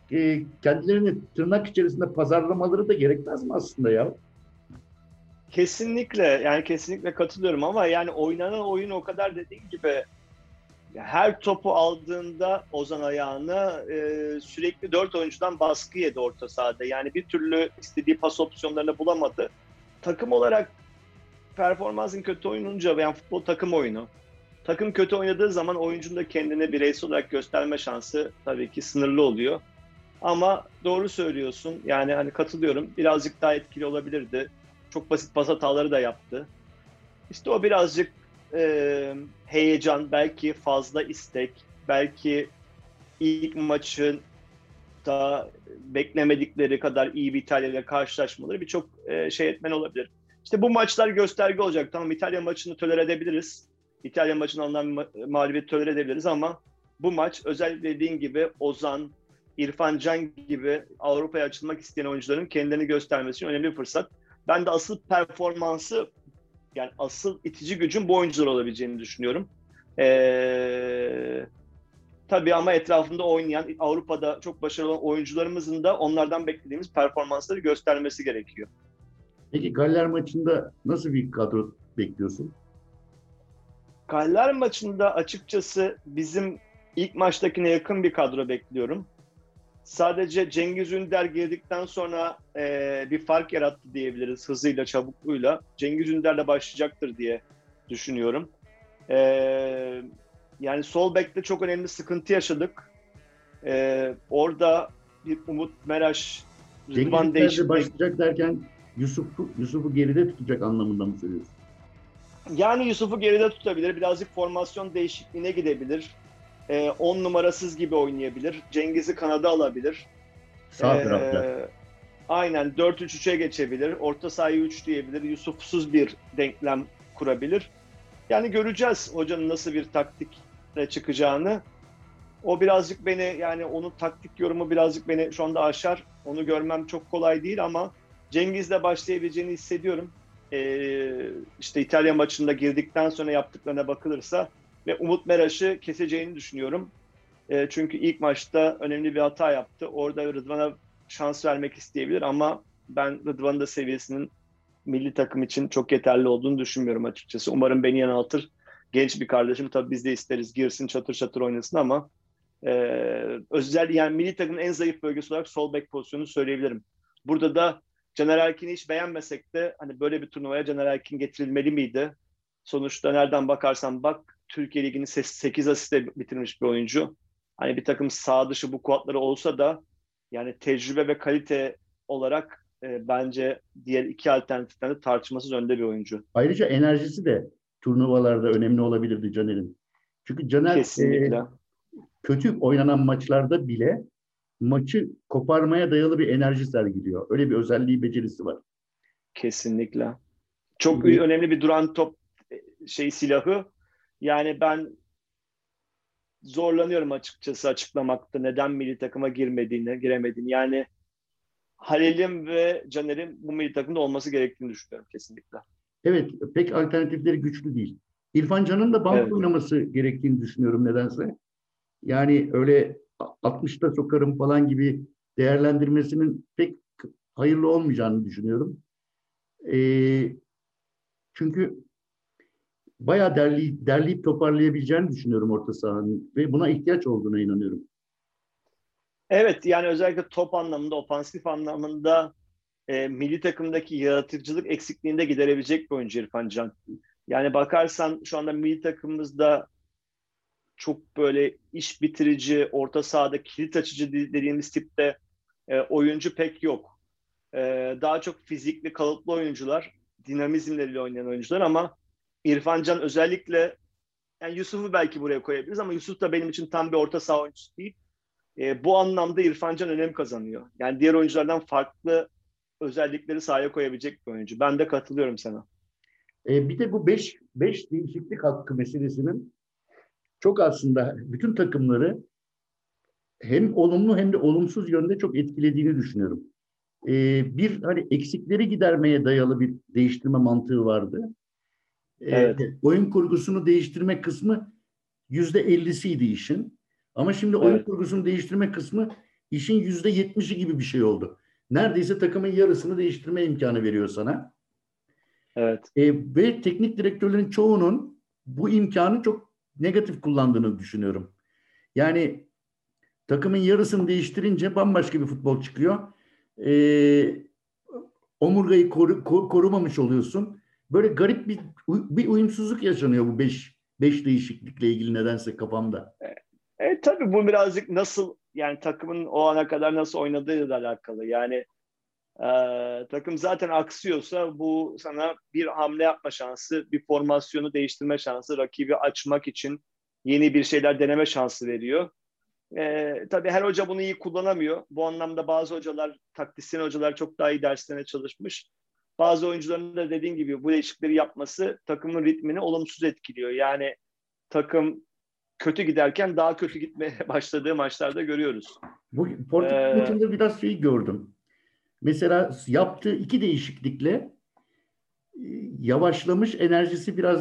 e, kendilerini tırnak içerisinde pazarlamaları da gerekmez mi aslında ya? Kesinlikle, yani kesinlikle katılıyorum ama yani oynanan oyun o kadar dediğin gibi her topu aldığında Ozan ayağına e, sürekli dört oyuncudan baskı yedi orta sahada. Yani bir türlü istediği pas opsiyonlarını bulamadı. Takım olarak performansın kötü oynanınca, yani futbol takım oyunu. Takım kötü oynadığı zaman oyuncunun da kendini bireysel olarak gösterme şansı tabii ki sınırlı oluyor. Ama doğru söylüyorsun. Yani hani katılıyorum. Birazcık daha etkili olabilirdi. Çok basit pas hataları da yaptı. İşte o birazcık e, heyecan, belki fazla istek, belki ilk maçın da beklemedikleri kadar iyi bir İtalya ile karşılaşmaları birçok e, şey etmen olabilir. İşte bu maçlar gösterge olacak. Tamam, İtalya maçını tolere edebiliriz. İtalya maçının alınan ma- mağlubiyeti tolere edebiliriz ama bu maç özellikle dediğin gibi Ozan, İrfan Can gibi Avrupa'ya açılmak isteyen oyuncuların kendilerini göstermesi için önemli bir fırsat. Ben de asıl performansı, yani asıl itici gücün bu oyuncular olabileceğini düşünüyorum. Ee, tabii ama etrafında oynayan, Avrupa'da çok başarılı olan oyuncularımızın da onlardan beklediğimiz performansları göstermesi gerekiyor. Peki Galler maçında nasıl bir kadro bekliyorsun? Galler maçında açıkçası bizim ilk maçtakine yakın bir kadro bekliyorum. Sadece Cengiz Ünder girdikten sonra e, bir fark yarattı diyebiliriz hızıyla, çabukluğuyla. Cengiz Ünder'le başlayacaktır diye düşünüyorum. E, yani sol bekte çok önemli sıkıntı yaşadık. E, orada bir Umut Meraş, Cengiz Rıdvan Ünder'de değişikliği. başlayacak derken Yusuf'u Yusuf'u geride tutacak anlamında mı söylüyorsun? Yani Yusuf'u geride tutabilir. Birazcık formasyon değişikliğine gidebilir. E, on numarasız gibi oynayabilir. Cengiz'i kanada alabilir. Sağ tarafta. E, Aynen dört üç üçe geçebilir. Orta sahayı üç diyebilir. Yusufsuz bir denklem kurabilir. Yani göreceğiz hocanın nasıl bir taktikle çıkacağını. O birazcık beni, yani onun taktik yorumu birazcık beni şu anda aşar. Onu görmem çok kolay değil ama Cengiz'le başlayabileceğini hissediyorum. Ee, işte İtalya maçında girdikten sonra yaptıklarına bakılırsa ve Umut Meraş'ı keseceğini düşünüyorum. E, çünkü ilk maçta önemli bir hata yaptı. Orada Rıdvan'a şans vermek isteyebilir ama ben Rıdvan'ın da seviyesinin milli takım için çok yeterli olduğunu düşünmüyorum açıkçası. Umarım beni yanıltır. Genç bir kardeşim, tabii biz de isteriz girsin, çatır çatır oynasın ama e, özel, yani milli takımın en zayıf bölgesi olarak sol bek pozisyonu söyleyebilirim. Burada da Caner Erkin'i hiç beğenmesek de hani böyle bir turnuvaya Caner Erkin getirilmeli miydi? Sonuçta nereden bakarsan bak Türkiye Ligi'ni sekiz asiste bitirmiş bir oyuncu. Hani bir takım sağ dışı bu kuatları olsa da yani tecrübe ve kalite olarak e, bence diğer iki alternatiften de tartışmasız önde bir oyuncu. Ayrıca enerjisi de turnuvalarda önemli olabilirdi Caner'in. Çünkü Caner e, Kesinlikle. kötü oynanan maçlarda bile maçı koparmaya dayalı bir enerji sergiliyor. Öyle bir özelliği, becerisi var. Kesinlikle. Çok Şimdi önemli bir duran top e, şey silahı. Yani ben zorlanıyorum açıkçası açıklamakta neden milli takıma girmediğini, giremediğini. Yani Halil'in ve Caner'in bu milli takımda olması gerektiğini düşünüyorum kesinlikle. evet, pek alternatifleri güçlü değil. İrfan Can'ın da bank Evet. oynaması gerektiğini düşünüyorum nedense. Yani öyle altmışta sokarım falan gibi değerlendirmesinin pek hayırlı olmayacağını düşünüyorum. Ee, çünkü bayağı derli, derleyip toparlayabileceğini düşünüyorum orta sahanın ve buna ihtiyaç olduğuna inanıyorum. Evet, yani özellikle top anlamında, ofansif anlamında e, milli takımdaki yaratıcılık eksikliğini de giderebilecek bir oyuncu İrfan Can. Yani bakarsan şu anda milli takımımızda çok böyle iş bitirici, orta sahada kilit açıcı dediğimiz tipte e, oyuncu pek yok. E, daha çok fizikli, kalıplı oyuncular, dinamizmleriyle oynayan oyuncular ama İrfan Can özellikle, yani Yusuf'u belki buraya koyabiliriz ama Yusuf da benim için tam bir orta saha oyuncusu değil. E, bu anlamda İrfan Can önem kazanıyor. Yani diğer oyunculardan farklı özellikleri sahaya koyabilecek bir oyuncu. Ben de katılıyorum sana. Ee, bir de bu beş, beş değişiklik hakkı meselesinin çok aslında bütün takımları hem olumlu hem de olumsuz yönde çok etkilediğini düşünüyorum. Ee, bir hani eksikleri gidermeye dayalı bir değiştirme mantığı vardı. Ee, Evet, oyun kurgusunu değiştirme kısmı yüzde ellisiydi işin. Ama şimdi oyun evet. kurgusunu değiştirme kısmı işin yüzde yetmişi gibi bir şey oldu. Neredeyse takımın yarısını değiştirme imkanı veriyor sana. Evet. E, ve teknik direktörlerin çoğunun bu imkanı çok negatif kullandığını düşünüyorum. Yani takımın yarısını değiştirince bambaşka bir futbol çıkıyor. E, omurgayı koru, kor, korumamış oluyorsun. Böyle garip bir bir uyumsuzluk yaşanıyor bu beş beş değişiklikle ilgili nedense kafamda. E, tabii bu birazcık nasıl, yani takımın o ana kadar nasıl oynadığıyla alakalı. Yani e, takım zaten aksıyorsa bu sana bir hamle yapma şansı, bir formasyonu değiştirme şansı, rakibi açmak için yeni bir şeyler deneme şansı veriyor. E, tabii her hoca bunu iyi kullanamıyor. Bu anlamda bazı hocalar, taktisyen hocalar çok daha iyi derslerine çalışmış. Bazı oyuncuların da dediğin gibi bu değişiklikleri yapması takımın ritmini olumsuz etkiliyor. Yani takım kötü giderken daha kötü gitmeye başladığı maçlarda görüyoruz. Bu Portekiz Ee, maçında biraz şeyi gördüm. Mesela yaptığı iki değişiklikle e, yavaşlamış, enerjisi biraz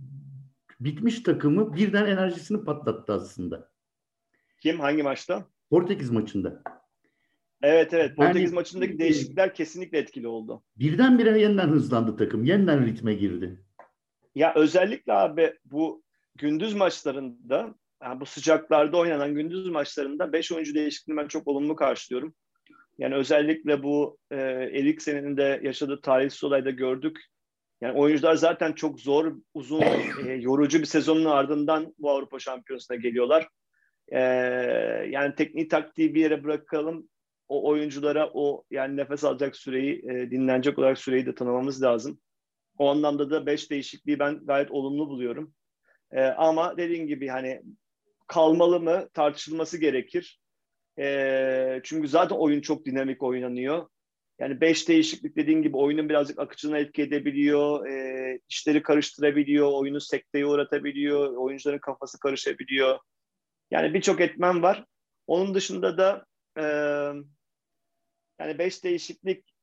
bitmiş takımı birden enerjisini patlattı aslında. Kim? Hangi maçta? Portekiz maçında. Evet, evet. Portekiz Yani maçındaki e, değişiklikler kesinlikle etkili oldu. birdenbire yeniden hızlandı takım. Yeniden ritme girdi. Ya özellikle abi bu gündüz maçlarında, yani bu sıcaklarda oynanan gündüz maçlarında beş oyuncu değişikliğini ben çok olumlu karşılıyorum. Yani özellikle bu e, Eriksen'in de yaşadığı talihsiz olayda gördük. Yani oyuncular zaten çok zor, uzun, e, yorucu bir sezonun ardından bu Avrupa Şampiyonası'na geliyorlar. Ee, yani tekniği taktiği bir yere bırakalım. O oyunculara o yani nefes alacak süreyi, e, dinlenecek olarak süreyi de tanımamız lazım. O anlamda da beş değişikliği ben gayet olumlu buluyorum. Ee, ama dediğin gibi hani kalmalı mı tartışılması gerekir. Ee, çünkü zaten oyun çok dinamik oynanıyor. Yani beş değişiklik dediğin gibi oyunun birazcık akıcılığına etki edebiliyor. E, işleri karıştırabiliyor. Oyunu sekteye uğratabiliyor. Oyuncuların kafası karışabiliyor. Yani birçok etmen var. Onun dışında da e, yani beş değişiklik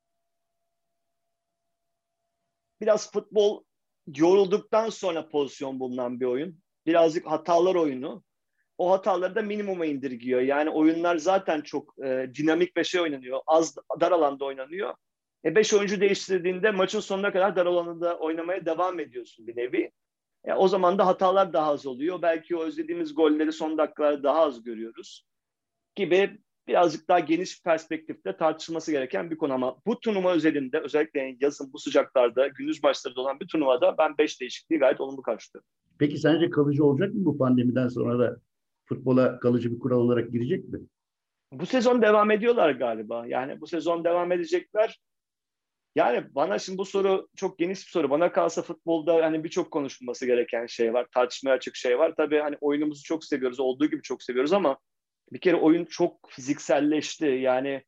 biraz futbol yorulduktan sonra pozisyon bulunan bir oyun. Birazcık hatalar oyunu. O hataları da minimuma indirgiyor. Yani oyunlar zaten çok e, dinamik ve şey oynanıyor. Az dar alanda oynanıyor. E beş oyuncu değiştirdiğinde maçın sonuna kadar dar alanda oynamaya devam ediyorsun bir nevi. E, o zaman da hatalar daha az oluyor. Belki o özlediğimiz golleri son dakikalarda daha az görüyoruz gibi birazcık daha geniş perspektifte tartışılması gereken bir konu. Ama bu turnuva özelinde, özellikle yazın bu sıcaklarda gündüz maçları olan bir turnuvada ben beş değişikliği gayet olumlu karşılıyorum. Peki sence kalıcı olacak mı bu pandemiden sonra da futbola kalıcı bir kural olarak girecek mi? Bu sezon devam ediyorlar galiba. Yani bu sezon devam edecekler. Yani bana şimdi bu soru çok geniş bir soru. Bana kalsa futbolda hani birçok konuşulması gereken şey var. Tartışmaya açık şey var. Tabii hani oyunumuzu çok seviyoruz. Olduğu gibi çok seviyoruz ama bir kere oyun çok fizikselleşti. Yani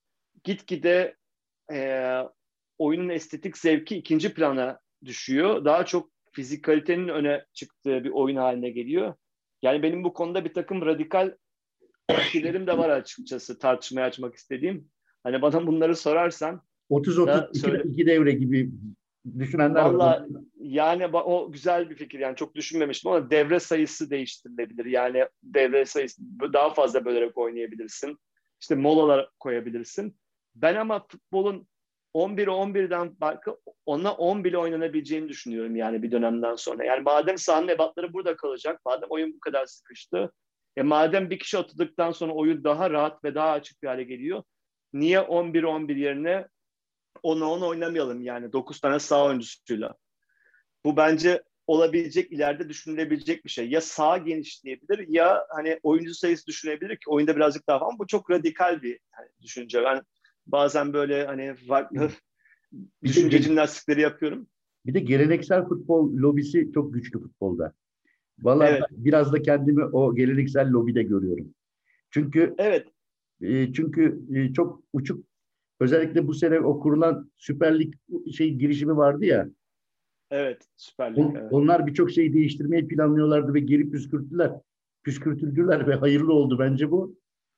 gitgide e, oyunun estetik zevki ikinci plana düşüyor. Daha çok fizikalitenin öne çıktığı bir oyun haline geliyor. Yani benim bu konuda bir takım radikal fikirlerim de var açıkçası tartışmaya açmak istediğim. Hani bana bunları sorarsan otuz otuz da iki, söyle. iki devre gibi düşünenler var. Valla yani o güzel bir fikir, yani çok düşünmemiştim ama devre sayısı değiştirilebilir. Yani devre sayısı daha fazla bölerek oynayabilirsin. İşte molalar koyabilirsin. Ben ama futbolun on bir on birden farkı ona on bile oynanabileceğini düşünüyorum yani bir dönemden sonra. Yani madem sahanın ebatları burada kalacak, madem oyun bu kadar sıkıştı, e madem bir kişi atıldıktan sonra oyun daha rahat ve daha açık bir hale geliyor. Niye on bir on bir yerine ona on oynamayalım yani dokuz tane sağ oyuncusuyla. Bu bence olabilecek, ileride düşünülebilecek bir şey. Ya sağ genişleyebilir ya hani oyuncu sayısı düşünebilir ki oyunda birazcık daha falan. Bu çok radikal bir yani düşünce. Ben bazen böyle hani farklı Bir de düşünce ge- jimnastikleri yapıyorum. bir de geleneksel futbol lobisi çok güçlü futbolda. Vallahi ben Evet, biraz da kendimi o geleneksel lobide görüyorum. Çünkü evet, e, çünkü e, çok uçuk, özellikle bu sene o kurulan Süper Lig şey girişimi vardı ya. evet. Süper Lig, on- evet. Onlar birçok şeyi değiştirmeyi planlıyorlardı ve geri püskürttüler. Püskürtüldüler ve hayırlı oldu bence bu.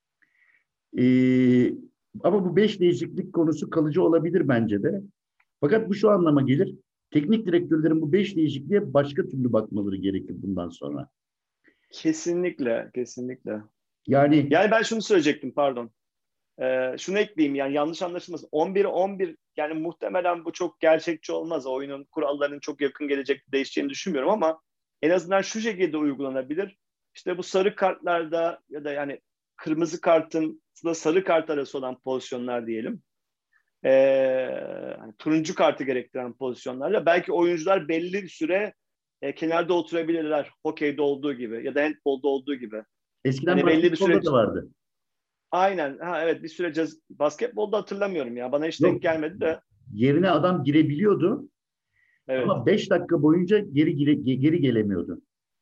Ee, ama bu beş değişiklik konusu kalıcı olabilir bence de. Fakat bu şu anlama gelir. Teknik direktörlerin bu beş değişikliğe başka türlü bakmaları gerekir bundan sonra. Kesinlikle, kesinlikle. Yani Yani ben şunu söyleyecektim, pardon. Ee, şunu ekleyeyim, yani yanlış anlaşılmasın. on bir on bir, yani muhtemelen bu çok gerçekçi olmaz. Oyunun kurallarının çok yakın gelecekte değişeceğini düşünmüyorum ama en azından şu şekilde uygulanabilir. İşte bu sarı kartlarda ya da yani kırmızı kartın da sarı kart arası olan pozisyonlar diyelim. Ee, yani turuncu kartı gerektiren pozisyonlarla belki oyuncular belli bir süre e, kenarda oturabilirler. Hokeyde olduğu gibi ya da handbolda olduğu gibi. eskiden Hani belli bir süre. basketbolda da vardı. Aynen. Ha, evet, bir süre cez... basketbolda hatırlamıyorum ya. Bana hiç denk Yok. gelmedi de. Yerine adam girebiliyordu Evet. ama beş dakika boyunca geri gire, geri gelemiyordu.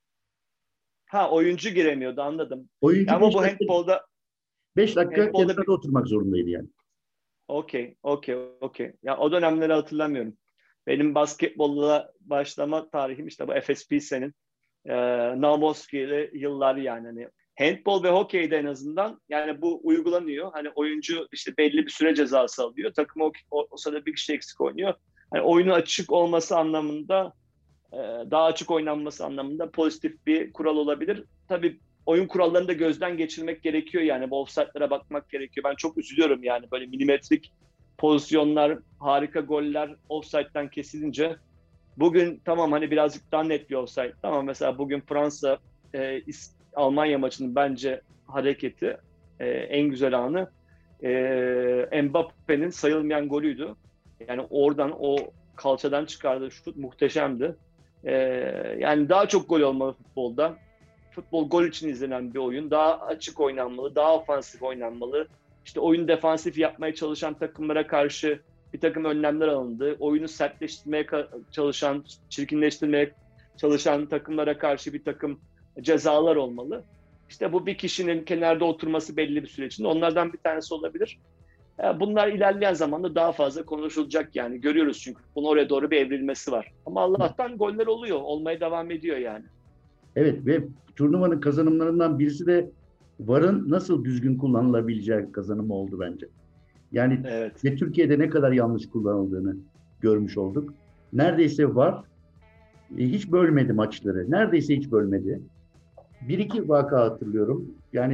Ha, oyuncu giremiyordu, anladım. Oyuncu Ama beş bu dakika handbolda beş dakika handbolda bir kenarda oturmak zorundaydı yani. okey, okey, okey. Ya o dönemleri hatırlamıyorum. Benim basketbolla başlama tarihim işte bu Efes Pilsen'in e, Namoski'li yıllar yani. Hani handbol ve hokeyde en azından yani bu uygulanıyor. Hani oyuncu işte belli bir süre cezası alıyor. Takım o, o, o sırada bir kişi eksik oynuyor. Hani oyunun açık olması anlamında, e, daha açık oynanması anlamında pozitif bir kural olabilir. Tabii oyun kurallarını da gözden geçirmek gerekiyor yani. Bu offside'lara bakmak gerekiyor. Ben çok üzülüyorum yani, böyle milimetrik pozisyonlar, harika goller offside'den kesilince. Bugün tamam, hani birazcık daha net bir offside ama mesela bugün Fransa e, Almanya maçının bence hareketi, e, en güzel anı e, Mbappe'nin sayılmayan golüydü. Yani oradan o kalçadan çıkardığı şut muhteşemdi. E, yani daha çok gol olmalı futbolda. Futbol gol için izlenen bir oyun. Daha açık oynanmalı, daha ofansif oynanmalı. İşte oyun defansif yapmaya çalışan takımlara karşı bir takım önlemler alındı. Oyunu sertleştirmeye çalışan, çirkinleştirmeye çalışan takımlara karşı bir takım cezalar olmalı. İşte bu bir kişinin kenarda oturması belli bir süre için onlardan bir tanesi olabilir. Bunlar ilerleyen zamanda daha fazla konuşulacak yani. Görüyoruz çünkü bunun oraya doğru bir evrilmesi var. Ama Allah'tan goller oluyor, olmaya devam ediyor yani. Evet ve turnuvanın kazanımlarından birisi de V A R'ın nasıl düzgün kullanılabileceği kazanımı oldu bence. Yani Evet. ve Türkiye'de ne kadar yanlış kullanıldığını görmüş olduk. Neredeyse V A R e, hiç bölmedi maçları. Neredeyse hiç bölmedi. Bir iki vaka hatırlıyorum. Yani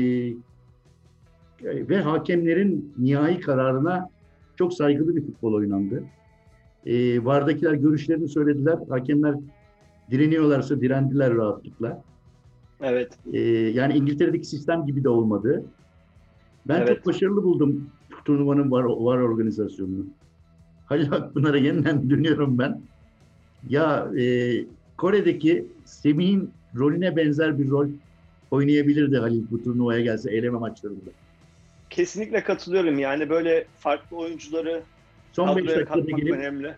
e, ve hakemlerin nihai kararına çok saygılı bir futbol oynandı. E, V A R'dakiler görüşlerini söylediler. Hakemler direniyorlarsa direndiler rahatlıkla. Evet. E, yani İngiltere'deki sistem gibi de olmadı. Ben çok Evet. başarılı buldum turnuvanın var, var organizasyonunu. Halil Akpınar'a yeniden dönüyorum ben. Ya e, Kore'deki Semih'in rolüne benzer bir rol oynayabilirdi Halil bu turnuvaya gelse eleme maçlarında. Kesinlikle katılıyorum. Yani böyle farklı oyuncuları Son beş kadroya dakikada katmak girip önemli.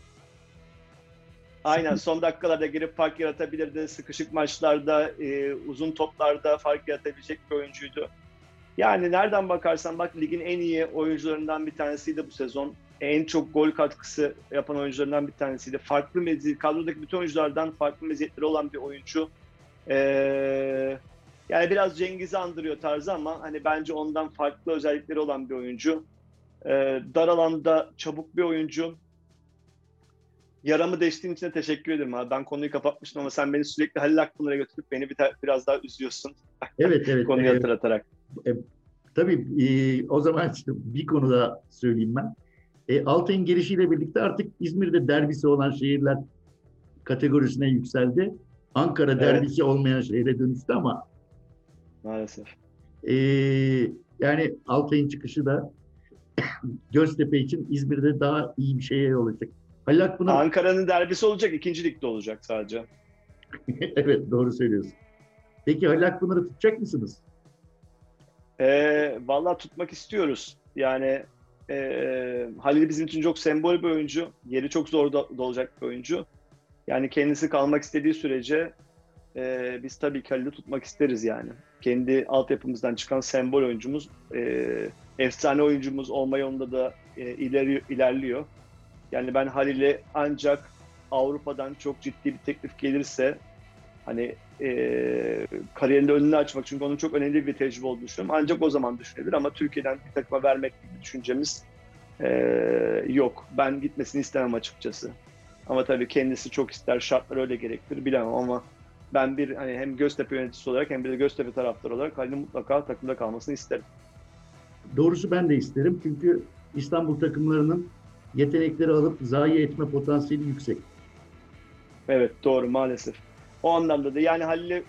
Aynen, son dakikalarda girip fark yaratabilirdi. Sıkışık maçlarda, e, uzun toplarda fark yaratabilecek bir oyuncuydu. Yani nereden bakarsan bak, ligin en iyi oyuncularından bir tanesiydi bu sezon. En çok gol katkısı yapan oyuncularından bir tanesiydi. Farklı meziyet, kadrodaki bütün oyunculardan farklı meziyetleri olan bir oyuncu. Ee, yani biraz Cengiz'i andırıyor tarzı ama hani bence ondan farklı özellikleri olan bir oyuncu. Ee, dar alanda çabuk bir oyuncu. Yaramı deştiğin için de teşekkür ederim abi. Ben konuyu kapatmıştım ama sen beni sürekli Halil Akpınar'a götürüp beni bir biraz daha üzüyorsun. evet evet Konuyu e, hatırlatarak. e, tabii e, o zaman işte bir konu daha söyleyeyim ben. E, Altay'ın gelişiyle birlikte artık İzmir'de derbisi olan şehirler kategorisine yükseldi. Ankara Evet, derbisi olmayan şehre dönüştü ama maalesef. e, yani Altay'ın çıkışı da Göztepe için İzmir'de daha iyi bir şeye yol açacak. Halil Akpınar, Ankara'nın derbisi olacak, ikinci ligde olacak sadece. evet doğru söylüyorsun. Peki Halil Akpınar'ı tutacak mısınız? Ee, vallahi tutmak istiyoruz. Yani e, Halil bizim için çok sembol bir oyuncu. Yeri çok zor da, da olacak bir oyuncu. Yani kendisi kalmak istediği sürece e, biz tabii ki Halil'i tutmak isteriz yani. Kendi altyapımızdan çıkan sembol oyuncumuz, e, efsane oyuncumuz olma yolunda da e, ileri, ilerliyor. Yani ben Halil'e ancak Avrupa'dan çok ciddi bir teklif gelirse, hani e, kariyerinde önünü açmak, çünkü onun çok önemli bir tecrübe olduğunu düşünüyorum. Ancak o zaman düşünebilir ama Türkiye'den bir takıma vermek gibi düşüncemiz e, yok. Ben gitmesini istemem açıkçası. Ama tabii kendisi çok ister, şartlar öyle gerektirir bilemem ama ben bir hani hem Göztepe yöneticisi olarak hem bir de Göztepe taraftarı olarak Halil'in mutlaka takımda kalmasını isterim. Doğrusu ben de isterim çünkü İstanbul takımlarının yetenekleri alıp zayi etme potansiyeli yüksek. Evet, doğru, maalesef. O anlamda da yani Halil'i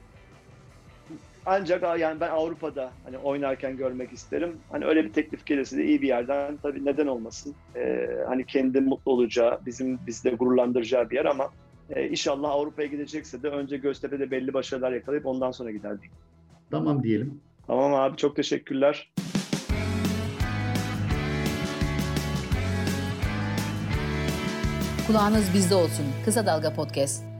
ancak yani ben Avrupa'da hani oynarken görmek isterim. Hani öyle bir teklif gelirse de iyi bir yerden, tabii neden olmasın. Ee, hani kendi mutlu olacağı, bizim bizi de gururlandıracağı bir yer ama e, inşallah Avrupa'ya gidecekse de önce Göztepe'de belli başarılar yakalayıp ondan sonra gider diyeyim. Tamam diyelim. Tamam abi, çok teşekkürler. Kulağınız bizde olsun. Kısa Dalga Podcast.